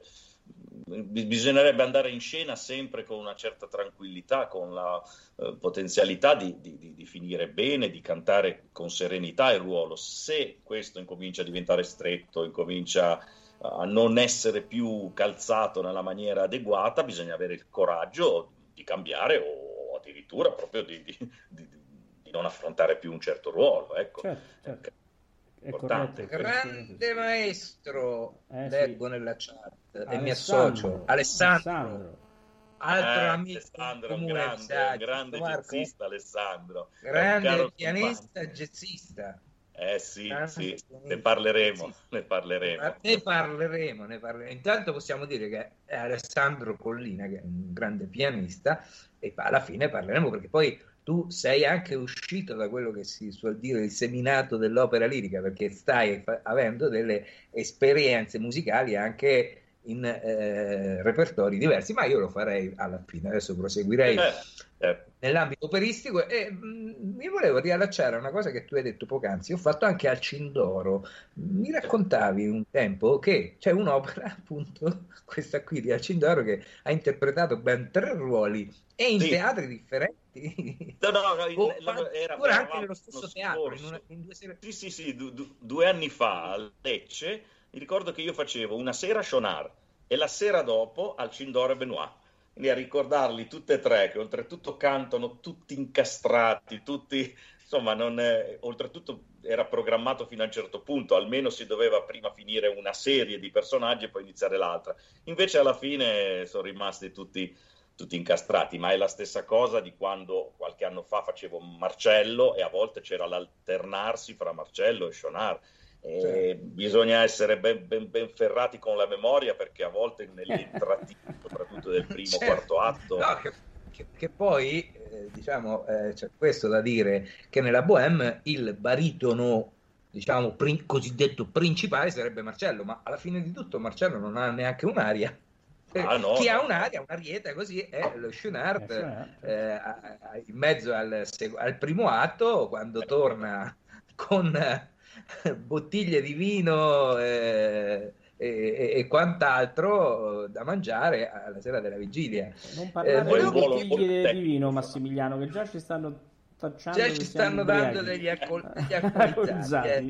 bisognerebbe andare in scena sempre con una certa tranquillità, con la eh, potenzialità di, di, di finire bene, di cantare con serenità il ruolo. Se questo incomincia a diventare stretto, incomincia a non essere più calzato nella maniera adeguata, bisogna avere il coraggio di cambiare o addirittura proprio di, di, di, di non affrontare più un certo ruolo, ecco. Certo, certo. È importante. Grande maestro, eh, leggo sì. nella chat Alessandro, e mi associo. Alessandro, Alessandro. altro eh, amico Alessandro, un comune, grande, sa, un grande jazzista, Alessandro. Grande pianista e jazzista. Eh sì, sì, ne parleremo, ne parleremo. Ne parleremo, ne parleremo. Intanto possiamo dire che è Alessandro Collina, che è un grande pianista, e alla fine parleremo, perché poi tu sei anche uscito da quello che si suol dire il seminato dell'opera lirica, perché stai fa- avendo delle esperienze musicali anche in eh, repertori diversi, ma io lo farei alla fine. Adesso proseguirei eh, eh. nell'ambito operistico e mh, mi volevo riallacciare a una cosa che tu hai detto poc'anzi. Ho fatto anche Alcindoro. Mi raccontavi un tempo che c'è un'opera, appunto, questa qui di Alcindoro, che ha interpretato ben tre ruoli e in sì. teatri differenti. No, no, no, in, o, la, era anche nello stesso teatro. In una, in due sere... Sì, sì, sì, du, du, due anni fa a Lecce. Mi ricordo che io facevo una sera Chonard e la sera dopo Alcindoro e Benoit. Quindi a ricordarli tutte e tre, che oltretutto cantano tutti incastrati, tutti, insomma, non è, oltretutto era programmato fino a un certo punto, almeno si doveva prima finire una serie di personaggi e poi iniziare l'altra. Invece alla fine sono rimasti tutti, tutti incastrati, ma è la stessa cosa di quando qualche anno fa facevo Marcello e a volte c'era l'alternarsi fra Marcello e Chonard. E certo. Bisogna essere ben, ben, ben ferrati con la memoria, perché a volte nell'entratino, soprattutto del primo certo. quarto atto, no, che, che, che poi eh, diciamo eh, c'è questo da dire, che nella Bohème il baritono, diciamo prin- cosiddetto principale sarebbe Marcello, ma alla fine di tutto Marcello non ha neanche un'aria. Ah, no, chi no. ha un'aria, un'arietta così è lo Chonard, eh, eh, in mezzo al, al primo atto, quando eh, torna con eh, bottiglie di vino eh, e, e quant'altro da mangiare alla sera della vigilia. Non parlare eh, di bottiglie di vino, Massimiliano, che già ci stanno facciando, già ci stanno dando degli, alcol- degli alcolizzati.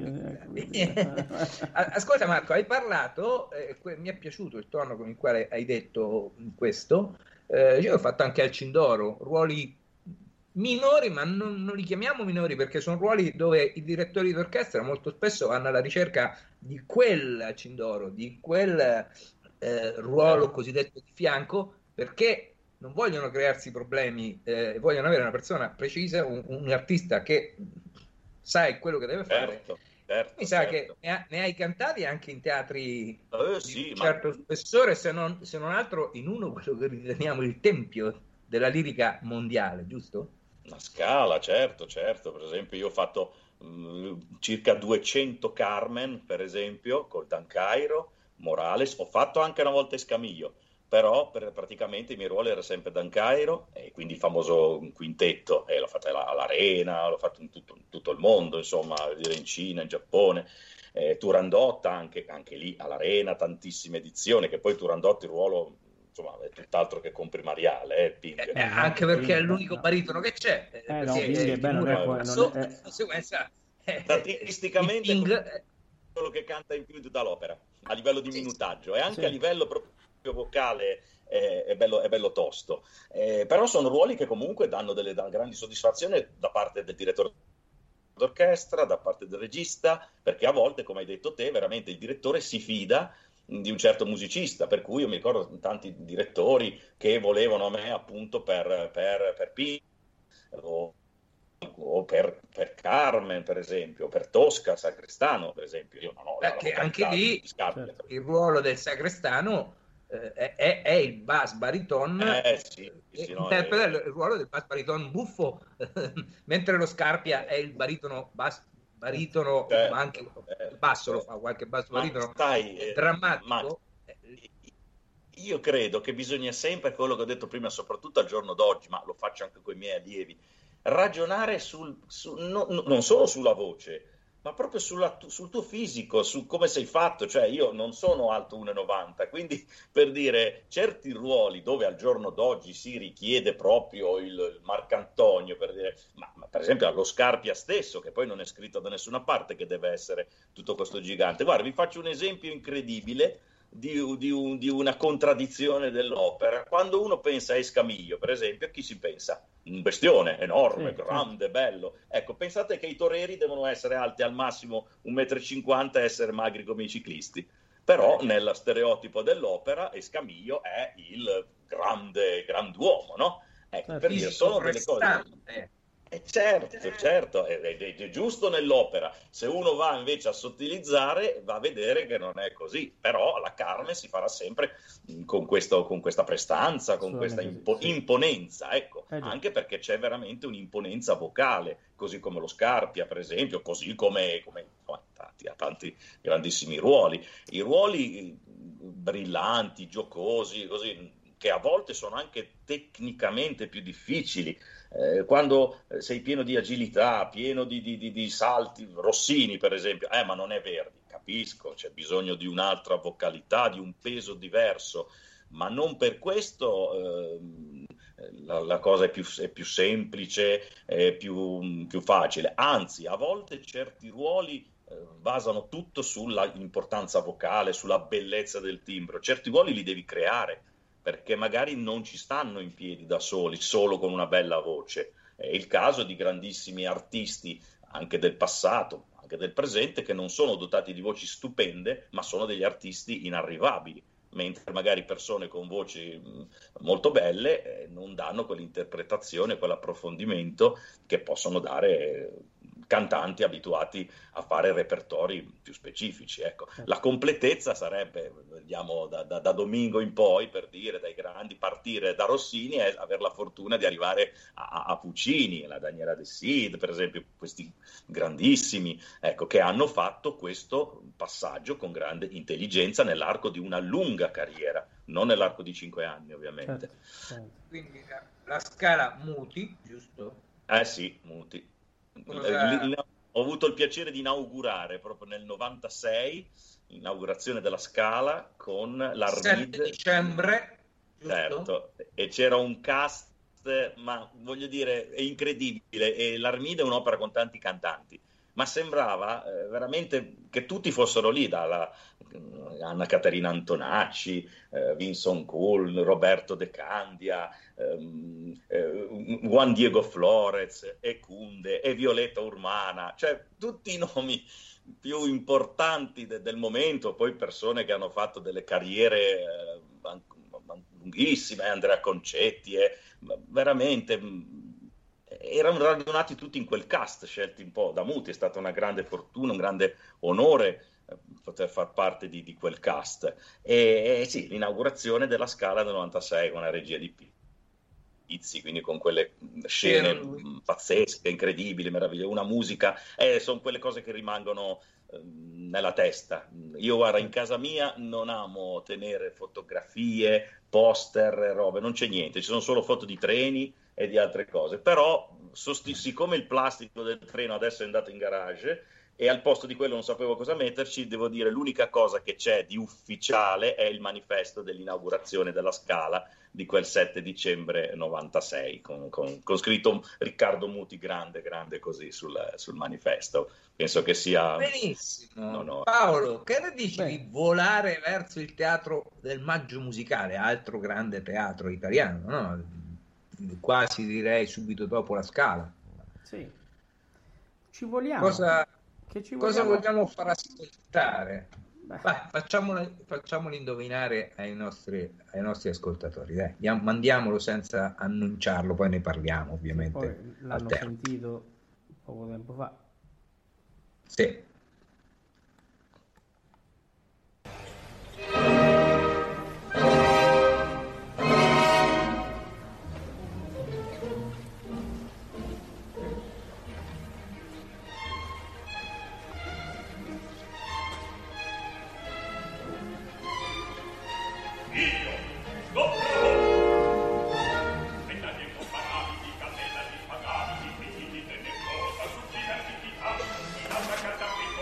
Ascolta Marco, hai parlato, eh, mi è piaciuto il tono con il quale hai detto questo. Eh, io ho fatto anche Alcindoro, ruoli minori, ma non, non li chiamiamo minori perché sono ruoli dove i direttori d'orchestra molto spesso vanno alla ricerca di quel Alcindoro, di quel eh, ruolo cosiddetto di fianco, perché non vogliono crearsi problemi, eh, vogliono avere una persona precisa, un, un artista che sa quello che deve fare. Certo, certo, Mi sa certo. che ne, ha, ne hai cantati anche in teatri eh, sì, di un certo ma... spessore, se non, se non altro in uno, quello che riteniamo il Tempio della lirica mondiale, giusto? La Scala, certo, certo. Per esempio io ho fatto mh, circa duecento Carmen, per esempio, col Dan Cairo, Morales. Ho fatto anche una volta Escamillo, però per, praticamente i miei ruoli era sempre Dan Cairo, e quindi il famoso quintetto, e l'ho fatto all'Arena, l'ho fatto in tutto, in tutto il mondo, insomma, dire in Cina, in Giappone. Eh, Turandot anche, anche lì all'Arena, tantissime edizioni, che poi Turandot il ruolo insomma è tutt'altro che comprimariale, eh, Ping. Eh, anche perché è l'unico no. baritono che c'è, eh, no, Ping è bello, non è, non è, di conseguenza statisticamente Ping... quello che canta in più dall'opera a livello di minutaggio e anche sì. a livello proprio vocale è, è, bello, è bello tosto, eh, però sono ruoli che comunque danno delle da grandi soddisfazioni da parte del direttore d'orchestra, da parte del regista, perché a volte, come hai detto te, veramente il direttore si fida di un certo musicista, per cui io mi ricordo tanti direttori che volevano a me appunto per, per, per Ping o, o per, per Carmen, per esempio, per Tosca, Sacrestano, per esempio. Io non ho perché anche lì certo. il ruolo del Sacrestano eh, è, è il bass bariton, eh, sì, sì, interpreta no, il ruolo del bass bariton buffo, mentre lo Scarpia è il baritono bass baritono, certo, ma anche il basso lo fa, qualche basso baritono stai, drammatico. Ma io credo che bisogna sempre, quello che ho detto prima, soprattutto al giorno d'oggi, ma lo faccio anche con i miei allievi, ragionare sul, su, no, non solo sulla voce, ma proprio sulla, sul tuo fisico, su come sei fatto. Cioè io non sono alto uno e novanta, quindi per dire certi ruoli dove al giorno d'oggi si richiede proprio il, il Marcantonio, per dire, ma, ma per esempio allo Scarpia stesso, che poi non è scritto da nessuna parte che deve essere tutto questo gigante. Guarda, vi faccio un esempio incredibile di, di, un, di una contraddizione dell'opera. Quando uno pensa a Escamillo, per esempio, chi si pensa? Un bestione enorme, sì, grande, sì. bello. Ecco, pensate che i toreri devono essere alti al massimo un metro e cinquanta e essere magri come i ciclisti. Però nel stereotipo dell'opera Escamillo è il grande grand'uomo, no? Ecco, sì, per dire, sono delle cose... Eh. Eh certo, certo, è, è, è giusto nell'opera. Se uno va invece a sottilizzare, va a vedere che non è così. Però la Carmen si farà sempre con, questo, con questa prestanza, con questa impo- sì. imponenza, ecco. Eh, anche perché c'è veramente un'imponenza vocale, così come lo Scarpia, per esempio, così come, come oh, tanti, tanti grandissimi ruoli. I ruoli brillanti, giocosi, così, che a volte sono anche tecnicamente più difficili. Eh, quando sei pieno di agilità, pieno di, di, di, di salti, Rossini per esempio, eh ma non è Verdi, capisco, c'è bisogno di un'altra vocalità, di un peso diverso, ma non per questo eh, la, la cosa è più, è più semplice, è più, più facile, anzi a volte certi ruoli eh, basano tutto sull'importanza vocale, sulla bellezza del timbro, certi ruoli li devi creare, perché magari non ci stanno in piedi da soli, solo con una bella voce. È il caso di grandissimi artisti, anche del passato, anche del presente, che non sono dotati di voci stupende, ma sono degli artisti inarrivabili, mentre magari persone con voci molto belle eh, non danno quell'interpretazione, quell'approfondimento che possono dare cantanti abituati a fare repertori più specifici. Ecco. La completezza sarebbe, vediamo da, da, da Domingo in poi, per dire, dai grandi, partire da Rossini e avere la fortuna di arrivare a, a Puccini, la Daniela De Cid, per esempio, questi grandissimi, ecco, che hanno fatto questo passaggio con grande intelligenza nell'arco di una lunga carriera, non nell'arco di cinque anni, ovviamente. Certo, certo. Quindi la, la Scala Muti, giusto? Eh sì, Muti. Cosa... Ho avuto il piacere di inaugurare proprio nel novantasei, inaugurazione della Scala con l'Armide. sette dicembre, giusto? Certo, e c'era un cast, ma voglio dire, è incredibile, e l'Armide è un'opera con tanti cantanti, ma sembrava eh, veramente che tutti fossero lì, dalla Anna Caterina Antonacci, eh, Vincent Cool, Roberto De Candia, ehm, eh, Juan Diego Flores, e Cunde, e Violeta Urmana, cioè tutti i nomi più importanti de- del momento, poi persone che hanno fatto delle carriere eh, lunghissime, Andrea Concetti, e veramente... erano radunati tutti in quel cast, scelti un po' da Muti. È stata una grande fortuna, un grande onore eh, poter far parte di, di quel cast. E, e sì, l'inaugurazione della Scala del novantasei con la regia di P. Uffizi, quindi con quelle scene Sì. pazzesche, incredibili, meravigliose, una musica, eh, sono quelle cose che rimangono eh, nella testa. Io guarda, in casa mia non amo tenere fotografie, poster, robe, non c'è niente, ci sono solo foto di treni e di altre cose, però sosti- siccome il plastico del treno adesso è andato in garage e al posto di quello non sapevo cosa metterci, devo dire l'unica cosa che c'è di ufficiale è il manifesto dell'inaugurazione della Scala di quel sette dicembre novantasei, con, con, con scritto Riccardo Muti grande, grande così sul, sul manifesto. Penso che sia... Benissimo. No, no. Paolo, che ne dici Beh. di volare verso il teatro del Maggio Musicale, altro grande teatro italiano, no? Quasi direi subito dopo la Scala. Sì. Ci vogliamo. Cosa, Che ci cosa vogliamo? vogliamo far ascoltare? Beh, Vai, facciamolo, facciamolo indovinare ai nostri, ai nostri ascoltatori. Dai. Diam- Mandiamolo senza annunciarlo, poi ne parliamo ovviamente. poi al l'hanno termine. sentito poco tempo fa. Sì. Cosa sul divertiti, in altra casa qui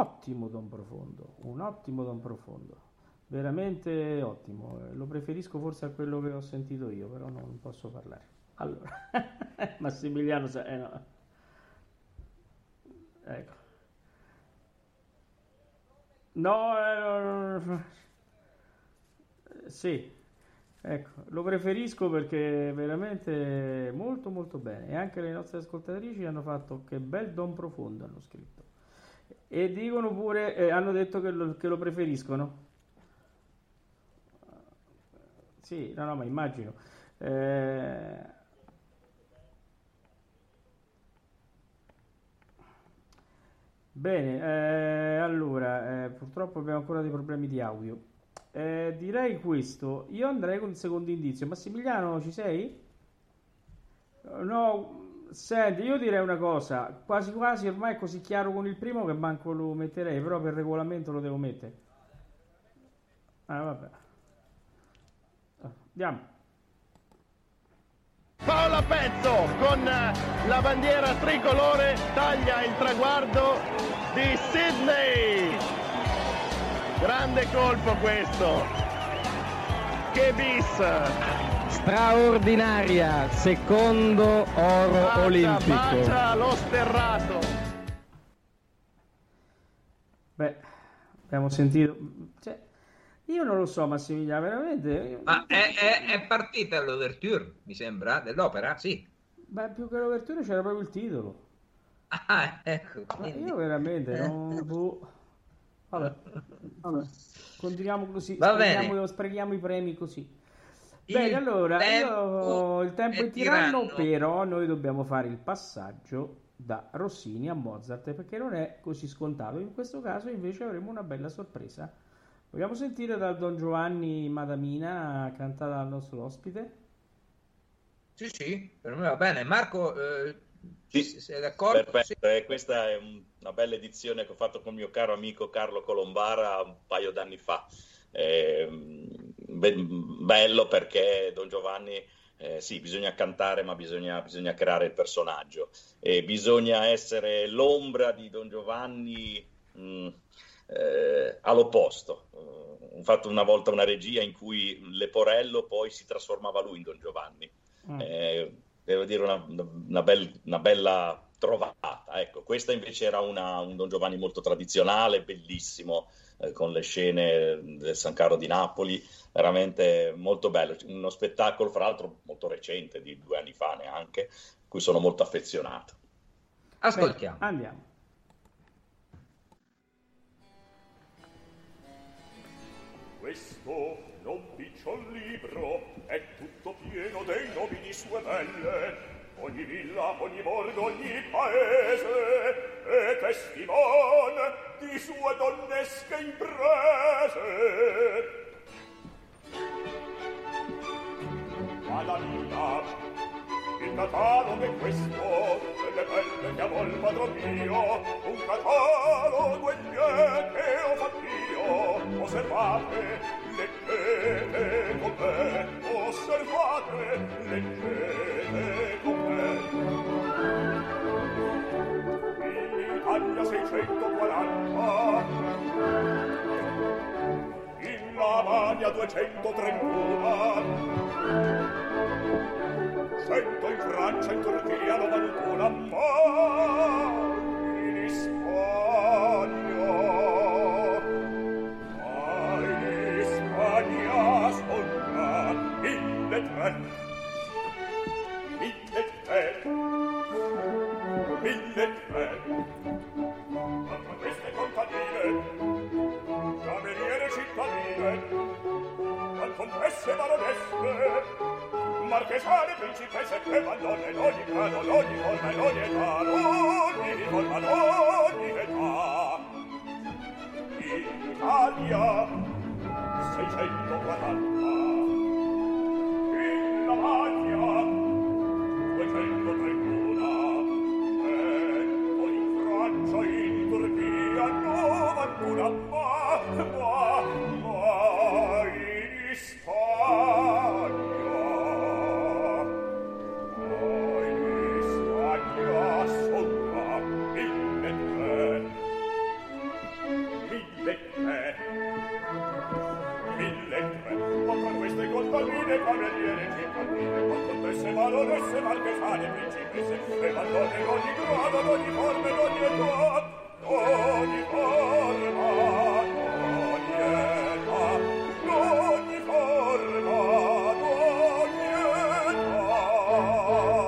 ottimo Don Profondo, un ottimo Don Profondo, veramente ottimo. Lo preferisco forse a quello che ho sentito io, però no, non posso parlare. Allora, Massimiliano, sa- eh no. Ecco. No, eh, sì, ecco, lo preferisco perché è veramente molto molto bene. E anche le nostre ascoltatrici hanno fatto che bel Don Profondo, hanno scritto. E dicono pure, eh, hanno detto che lo, che lo preferiscono. Sì, no, no, ma immagino. Eh, Bene, eh, allora, eh, purtroppo abbiamo ancora dei problemi di audio. Eh, direi questo, io andrei con il secondo indizio. Massimiliano, ci sei? No, senti, io direi una cosa, quasi quasi ormai è così chiaro con il primo che manco lo metterei, però per regolamento lo devo mettere. Ah, vabbè. Andiamo. Paola Pezzo con la bandiera tricolore taglia il traguardo di Sydney. Grande colpo questo. Che bis. Straordinaria, secondo oro Bacia, olimpico. bacia lo sterrato. Beh, abbiamo sentito... Cioè, io non lo so, Massimiliano, veramente... Ma è, è, è partita l'ouverture, mi sembra, dell'opera? Sì. Beh, più che l'ouverture c'era proprio il titolo. Ah, ecco. Ma Quindi... io veramente non... boh. Vabbè, vabbè. Continuiamo così, Va sprechiamo, bene. sprechiamo i premi così. Il Bene, allora, tempo io, il tempo è è tiranno, tiranno. però noi dobbiamo fare il passaggio da Rossini a Mozart, perché non è così scontato. In questo caso invece avremo una bella sorpresa. Vogliamo sentire dal Don Giovanni Madamina cantata dal nostro ospite? Sì, sì, per me va bene. Marco, eh, Sì, sei d'accordo? perfetto. Eh, questa è un- una bella edizione che ho fatto con mio caro amico Carlo Colombara un paio d'anni fa. Eh, be- bello perché Don Giovanni, eh, sì, bisogna cantare, ma bisogna, bisogna creare il personaggio e bisogna essere l'ombra di Don Giovanni mh, eh, all'opposto. Eh, ho fatto una volta una regia in cui Leporello poi si trasformava lui in Don Giovanni. Mm. Eh, devo dire una, una, bel- una bella trovata. Ecco, questa invece era una- un Don Giovanni molto tradizionale, bellissimo, eh, con le scene del San Carlo di Napoli, veramente molto bello. Uno spettacolo, fra l'altro, molto recente, di due anni fa neanche, a cui sono molto affezionato. Ascoltiamo. Bene, andiamo. Questo non picciol libro è tutto pieno dei nomi di sue belle. Ogni villa, ogni borgo, ogni paese è testimon di sue donnesche imprese. Madamina, il catalogo è questo delle belle che amò il padron mio, un catalogo è il mio che ho fatto io. Osservate, leggete con me, osservate, leggete con me. In Italia seicentoquaranta, in Lavagna duecentotrentuno, cento in Francia, in Turchia, novantuno, ma in Spagna, ma in Spagna sono mille tre, mille tre, mille tre. Ma tra queste contadine, cameriere cittadine, al contesse baronesse, marchesane, principesse, che vanno in ogni grado, in ogni forma, in ogni età, ogni forma, in ogni età. In Italia, seicentoquaranta, in Lavagna, duecentotrentuno, cento in Francia, in Turchia, novantuno, ma, ma, ma in Spagna. cameriere, cittadine, contesse, baronesse, marchesane, principesse, e madonne d'ogni grado, d'ogni forma, d'ogni età, d'ogni forma, d'ogni età, d'ogni forma, d'ogni età.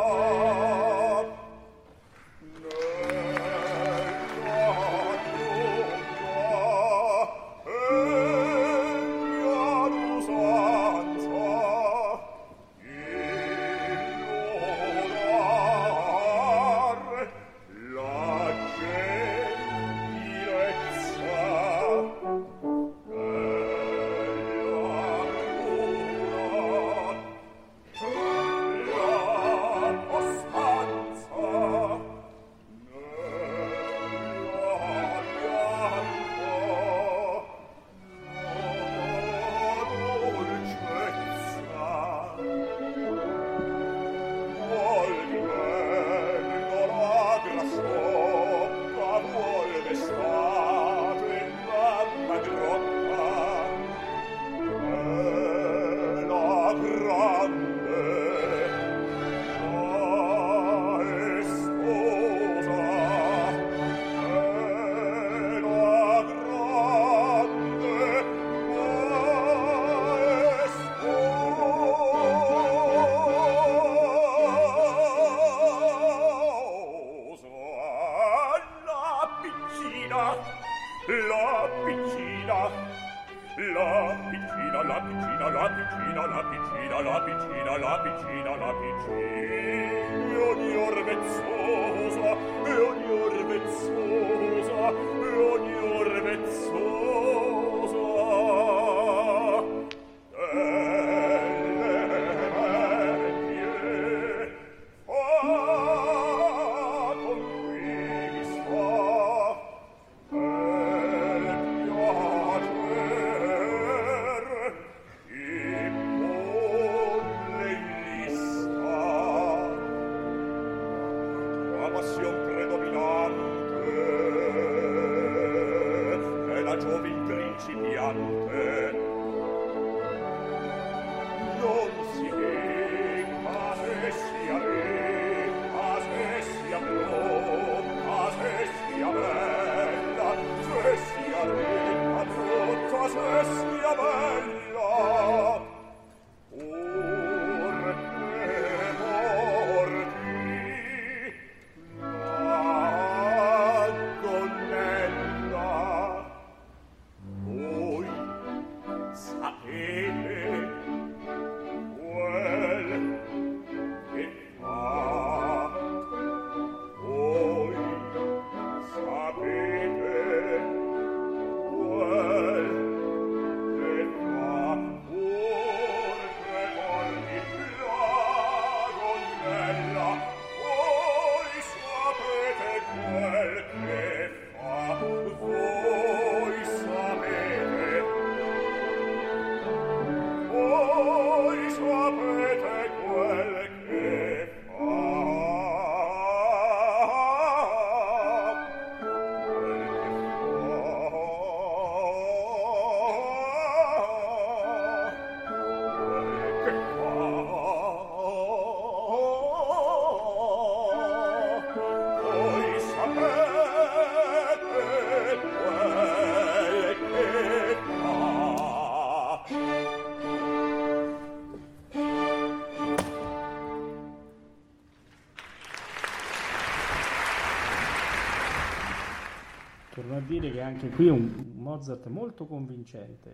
Torno a dire che anche qui è un Mozart molto convincente,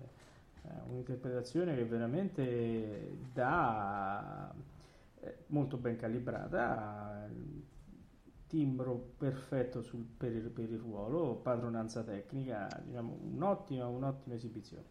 un'interpretazione che veramente dà, molto ben calibrata, timbro perfetto sul, per, il, per il ruolo, padronanza tecnica, diciamo un'ottima, un'ottima esibizione.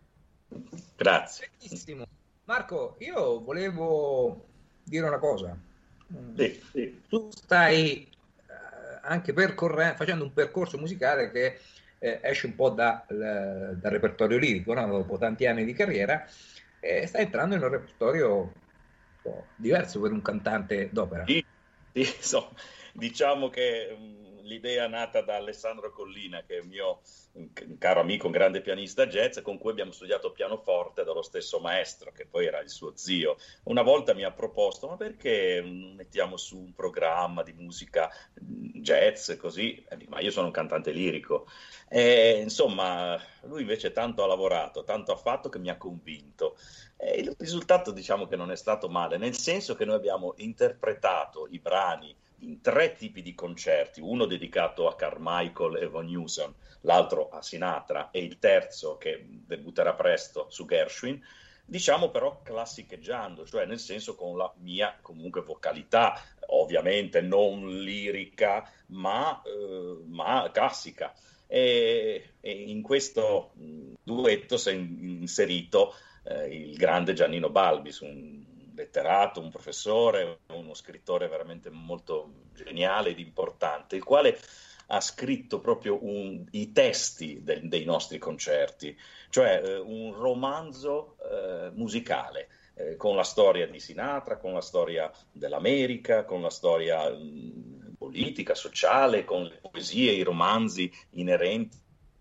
Grazie. Benissimo. Marco, io volevo dire una cosa. Sì, sì. Tu stai anche percorrendo, facendo un percorso musicale che eh, esce un po' da, l, dal repertorio lirico, no? Dopo tanti anni di carriera, e sta entrando in un repertorio un po' diverso per un cantante d'opera. Sì, sì, so. diciamo che mh, l'idea è nata da Alessandro Collina, che è un mio un caro amico, un grande pianista jazz, con cui abbiamo studiato pianoforte dallo stesso maestro, che poi era il suo zio. Una volta mi ha proposto: ma perché non mettiamo su un programma di musica jazz così? E dico, ma io sono un cantante lirico. E, insomma, lui invece tanto ha lavorato, tanto ha fatto, che mi ha convinto. E il risultato, diciamo, che non è stato male, nel senso che noi abbiamo interpretato i brani in tre tipi di concerti, uno dedicato a Carmichael e Von Heusen, l'altro a Sinatra e il terzo, che debutterà presto, su Gershwin, diciamo però classicheggiando, cioè nel senso con la mia comunque vocalità, ovviamente non lirica, ma, eh, ma classica. E, e in questo duetto si è inserito eh, il grande Giannino Balbis, un letterato, un professore, uno scrittore veramente molto geniale ed importante, il quale ha scritto proprio un, i testi de, dei nostri concerti, cioè eh, un romanzo eh, musicale, eh, con la storia di Sinatra, con la storia dell'America, con la storia mh, politica, sociale, con le poesie, i romanzi inerenti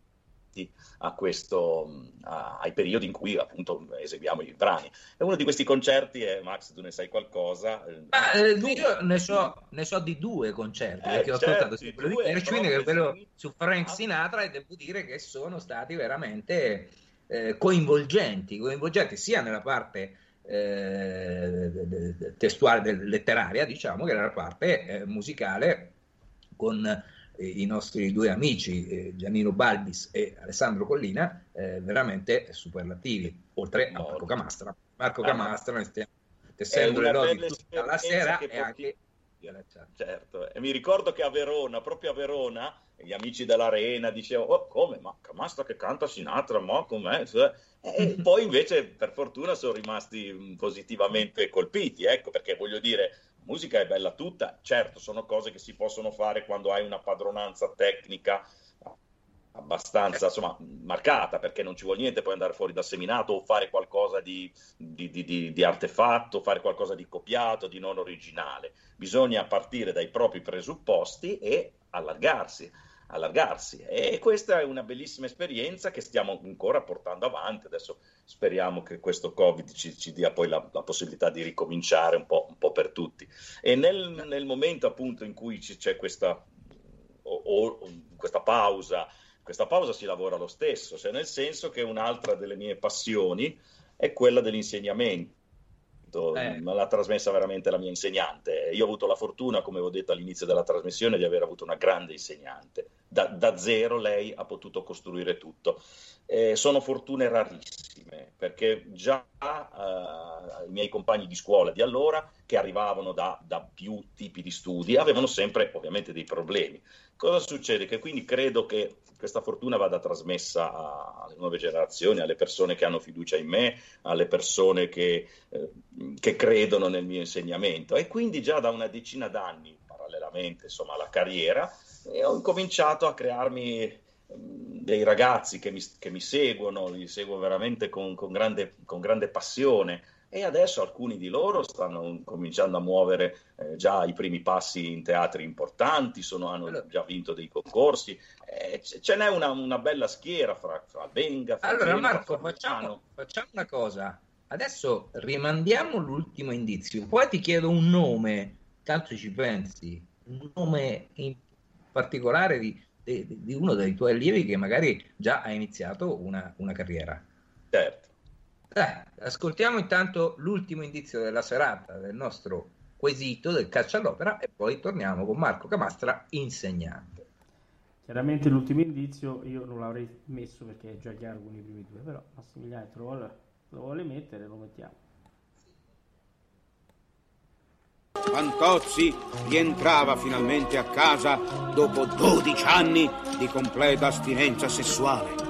a questo, a, ai periodi in cui appunto eseguiamo i brani. E uno di questi concerti è, Max, tu ne sai qualcosa? Ah, eh, io ne so, ne so di due concerti, eh, perché ho certo, ascoltato sia quello di Gershwin che quello su Frank Sinatra, e devo dire che sono stati veramente eh, coinvolgenti, coinvolgenti sia nella parte eh, testuale, letteraria, diciamo, che nella parte eh, musicale, con i nostri due amici eh, Giannino Balbis e Alessandro Collina, eh, veramente superlativi, oltre a Marco Camastra. Marco ah, Camastra ne stiamo tessendo le doti tutta la sera, e anche certo, e mi ricordo che a Verona, proprio a Verona, gli amici dell'Arena dicevano: oh, come, ma Camastra che canta Sinatra, ma com'è? E poi invece per fortuna sono rimasti positivamente colpiti, ecco, perché voglio dire, musica è bella tutta, certo, sono cose che si possono fare quando hai una padronanza tecnica abbastanza, insomma, marcata, perché non ci vuole niente poi andare fuori dal seminato o fare qualcosa di, di, di, di, di artefatto, fare qualcosa di copiato, di non originale. Bisogna partire dai propri presupposti e allargarsi, allargarsi. E questa è una bellissima esperienza che stiamo ancora portando avanti. Adesso speriamo che questo Covid ci, ci dia poi la, la possibilità di ricominciare un po', un po' per tutti. E nel, nel momento appunto in cui c'è questa, o, o, questa pausa, questa pausa si lavora lo stesso, cioè nel senso che un'altra delle mie passioni è quella dell'insegnamento. Eh. Me l'ha trasmessa veramente la mia insegnante. Io ho avuto la fortuna, come ho detto all'inizio della trasmissione, di aver avuto una grande insegnante. Da, da zero lei ha potuto costruire tutto. Eh, sono fortune rarissime, perché già eh, i miei compagni di scuola di allora, che arrivavano da, da più tipi di studi, avevano sempre ovviamente dei problemi. Cosa succede? Che quindi credo che questa fortuna vada trasmessa alle nuove generazioni, alle persone che hanno fiducia in me, alle persone che, eh, che credono nel mio insegnamento. E quindi già da una decina d'anni, parallelamente insomma alla carriera, eh, ho incominciato a crearmi eh, dei ragazzi che mi, che mi seguono, li seguo veramente con, con, grande, con grande passione. E adesso alcuni di loro stanno cominciando a muovere eh, già i primi passi in teatri importanti, sono, hanno già vinto dei concorsi, eh, ce n'è una, una bella schiera fra, fra Benga, fra Allora Genova, Marco, fra facciamo, facciamo una cosa, adesso rimandiamo l'ultimo indizio, poi ti chiedo un nome, tanto ci pensi, un nome in particolare di, di, di uno dei tuoi allievi che magari già ha iniziato una, una carriera. Certo. Eh, ascoltiamo intanto l'ultimo indizio della serata del nostro quesito del Caccia all'Opera e poi torniamo con Marco Camastra, insegnante. Chiaramente l'ultimo indizio io non l'avrei messo perché è già chiaro con i primi due, però Massimiliano lo vuole, lo vuole mettere, lo mettiamo. Fantozzi rientrava finalmente a casa dopo dodici anni di completa astinenza sessuale.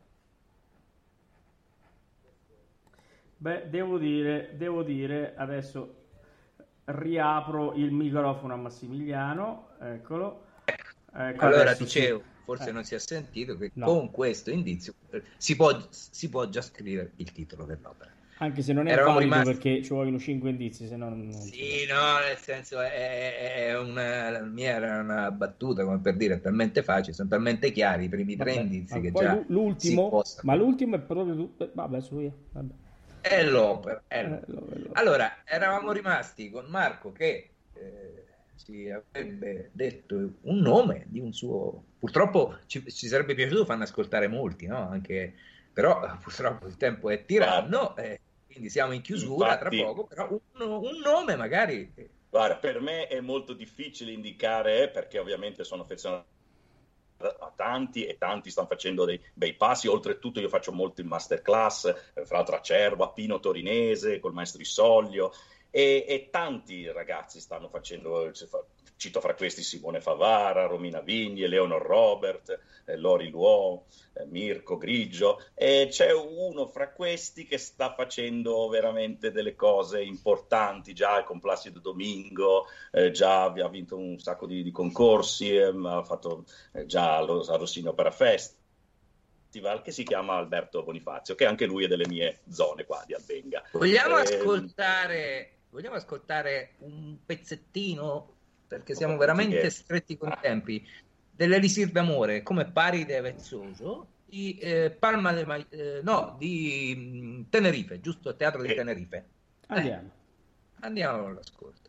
Beh, devo dire, devo dire, adesso riapro il microfono a Massimiliano, eccolo. Ecco, allora dicevo, sì. Forse eh. non si è sentito che no. Con questo indizio si può, si può già scrivere il titolo dell'opera. Anche se non è Eravamo valido rimasti... perché ci vogliono cinque indizi, se no non... Sì, no, nel senso è, è una, la mia era una battuta, come per dire, è talmente facile, sono talmente chiari i primi tre Vabbè, indizi ma che poi già l'u- l'ultimo, si possono. ma l'ultimo è proprio tu... eh, Vabbè, su io. Vabbè. È l'opera. È Eh, l'opera. lo- lo- Allora, eravamo rimasti con Marco che eh, ci avrebbe detto un nome di un suo... Purtroppo ci, ci sarebbe piaciuto farne ascoltare molti, no? Anche... Però purtroppo il tempo è tiranno, eh, quindi siamo in chiusura Infatti, tra poco, però un, un nome magari... guarda, per me è molto difficile indicare, perché ovviamente sono affezionato a tanti e tanti stanno facendo dei bei passi. Oltretutto io faccio molto in masterclass, eh, fra l'altro a Cervo, a Pino Torinese, col maestro Issoglio, e, e tanti ragazzi stanno facendo, cito fra questi Simone Favara, Romina Vigni, Eleonor Robert, eh, Lori Luò, eh, Mirko Grigio, e c'è uno fra questi che sta facendo veramente delle cose importanti già con Placido Domingo, eh, già ha vinto un sacco di, di concorsi, eh, ha fatto eh, già lo a Rossini Opera Festival, che si chiama Alberto Bonifazio, che anche lui è delle mie zone qua di Albenga. Vogliamo Eh, ascoltare, vogliamo ascoltare un pezzettino, perché siamo Oh, veramente che- stretti con i tempi, dell'Elisir d'amore, come Paride Vezzoso, di eh, Palma de Ma- eh, no, di mh, Tenerife, giusto? Teatro di Eh. Tenerife. Andiamo. Andiamo all'ascolto.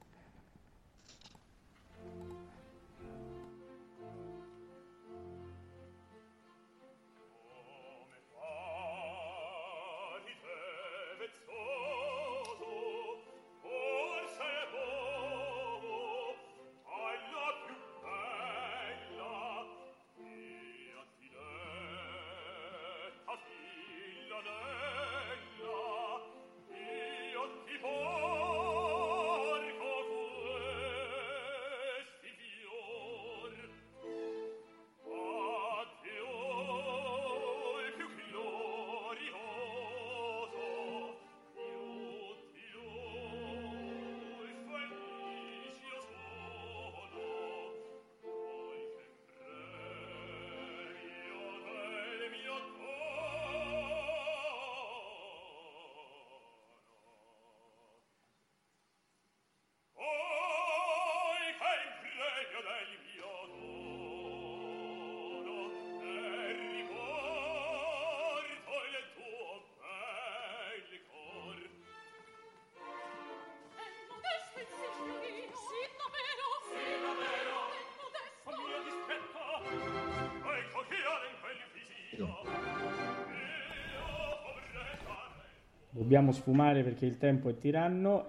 Dobbiamo sfumare perché il tempo è tiranno.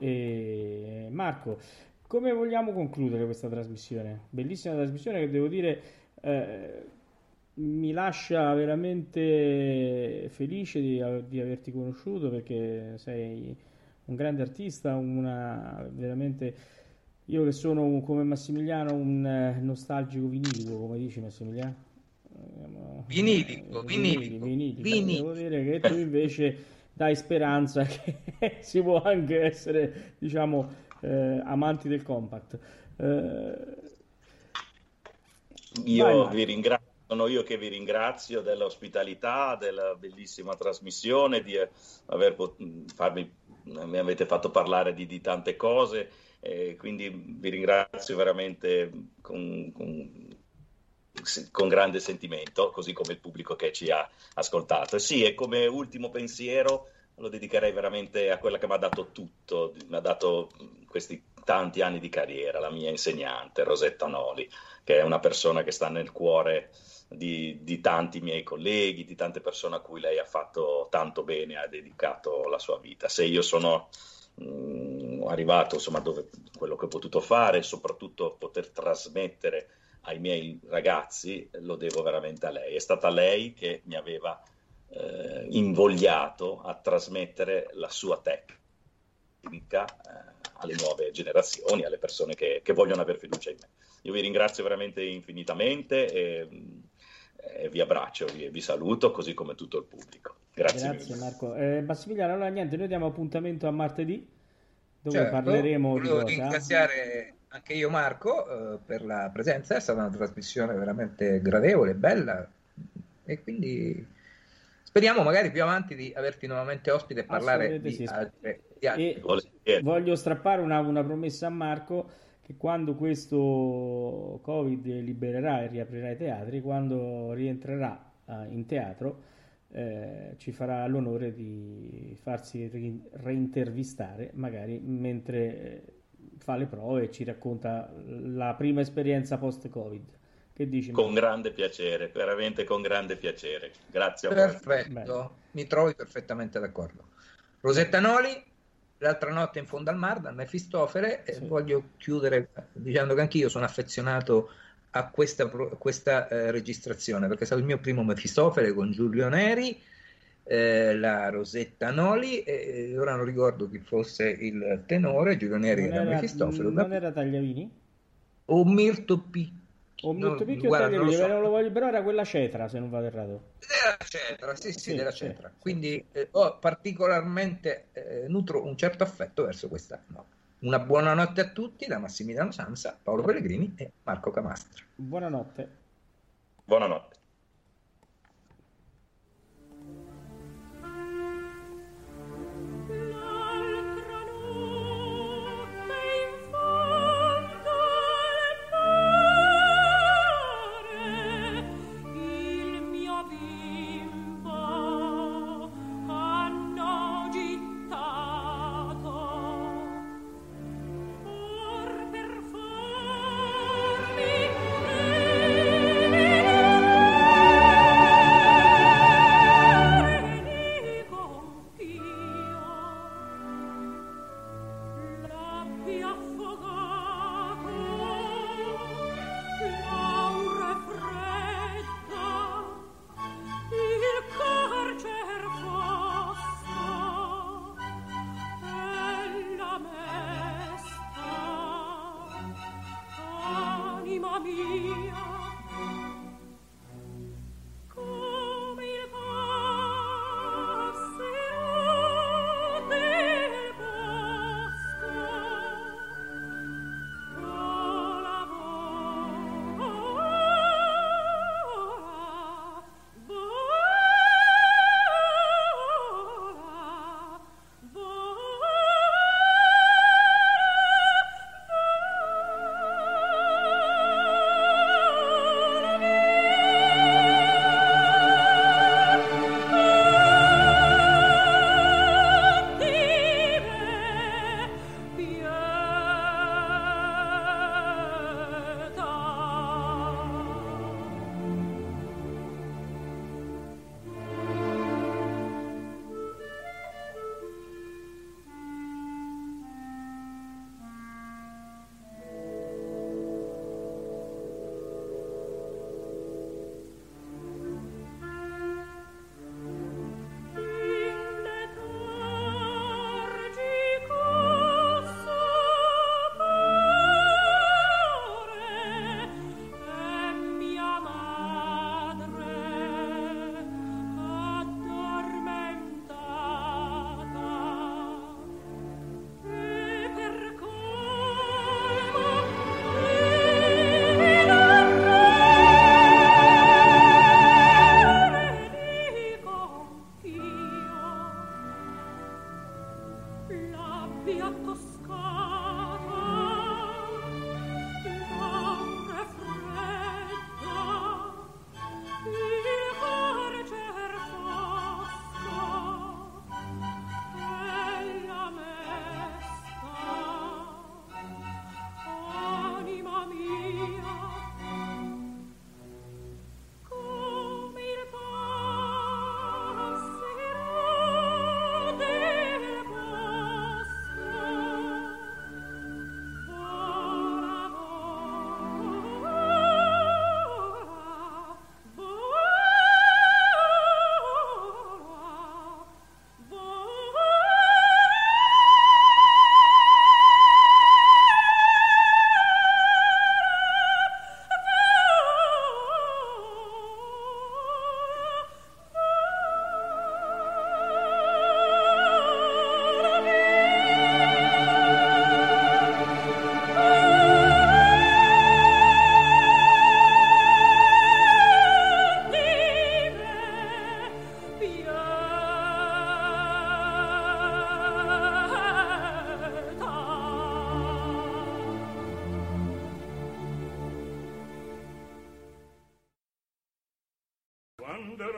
E Marco, come vogliamo concludere questa trasmissione? Bellissima trasmissione che devo dire eh, mi lascia veramente felice di, di averti conosciuto, perché sei un grande artista, una veramente, io che sono un- come Massimiliano un eh, nostalgico vinilico, come dici Massimiliano? Vinilico, Eh, vinilico, vinilico. vinilico. Devo dire che tu invece dai speranza che si può anche essere, diciamo, eh, amanti del compact. Eh, Io vai, Marco. vi ringrazio, sono io che vi ringrazio dell'ospitalità, della bellissima trasmissione, di eh, aver pot- farmi, mi avete fatto parlare di, di tante cose, e quindi vi ringrazio veramente con, con, con grande sentimento, così come il pubblico che ci ha ascoltato. E sì, e come ultimo pensiero lo dedicherei veramente a quella che mi ha dato tutto, mi ha dato questi tanti anni di carriera, la mia insegnante Rosetta Noli, che è una persona che sta nel cuore di, di tanti miei colleghi, di tante persone a cui lei ha fatto tanto bene, ha dedicato la sua vita. Se io sono mh, arrivato, insomma, dove quello che ho potuto fare, soprattutto poter trasmettere ai miei ragazzi, lo devo veramente a lei. È stata lei che mi aveva eh, invogliato a trasmettere la sua tecnica eh, alle nuove generazioni, alle persone che, che vogliono avere fiducia in me. Io vi ringrazio veramente infinitamente e, e vi abbraccio, vi, vi saluto, così come tutto il pubblico. Grazie, Grazie mille. Marco. Eh, Massimiliano, allora niente, noi diamo appuntamento a martedì, dove Certo, parleremo di volevo cosa? ringraziare anche io Marco eh, per la presenza, è stata una trasmissione veramente gradevole, bella, e quindi Speriamo magari più avanti di averti nuovamente ospite e parlare di sì. altre, di altre e voglio strappare una, una promessa a Marco, che quando questo Covid libererà e riaprirà i teatri, quando rientrerà uh, in teatro, eh, ci farà l'onore di farsi ri- reintervistare, magari mentre fa le prove e ci racconta la prima esperienza post-Covid. Che dici? Con Marco? Grande piacere, veramente con grande piacere. Grazie a Perfetto, voi. Perfetto, mi trovi perfettamente d'accordo. Rosetta Noli, L'altra notte in fondo al mar, dal Mefistofele, sì. E voglio chiudere dicendo che anch'io sono affezionato a questa, questa eh, registrazione, perché è stato il mio primo Mefistofele con Giulio Neri, eh, la Rosetta Noli, e ora non ricordo chi fosse il tenore. Giulio Neri non era, era Mefistofele. Non era Tagliavini? O Mirto Picchio. O Mirto Picchio o Tagliavini, so. non lo voglio, però era quella Cetra, se non vado errato. Della Cetra, sì, sì, sì della sì, Cetra. Sì. Quindi eh, ho particolarmente eh, nutro un certo affetto verso questa. No. Una buonanotte a tutti da Massimiliano Samsa, Paolo Pellegrini e Marco Camastra. Buonanotte. Buonanotte.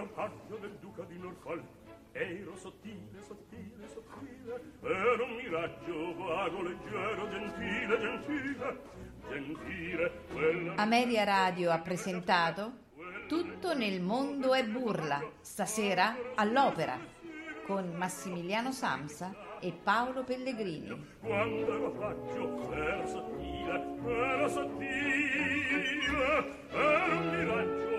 Ero paggio del duca di Norfolk, ero sottile, sottile, sottile, ero un miraggio vago, leggero, gentile, gentile, gentile, quella... Ameria Radio ha presentato Tutto nel mondo è burla, stasera all'Opera, con Massimiliano Samsa e Paolo Pellegrini. Quando ero paggio, ero sottile, ero sottile, ero un miraggio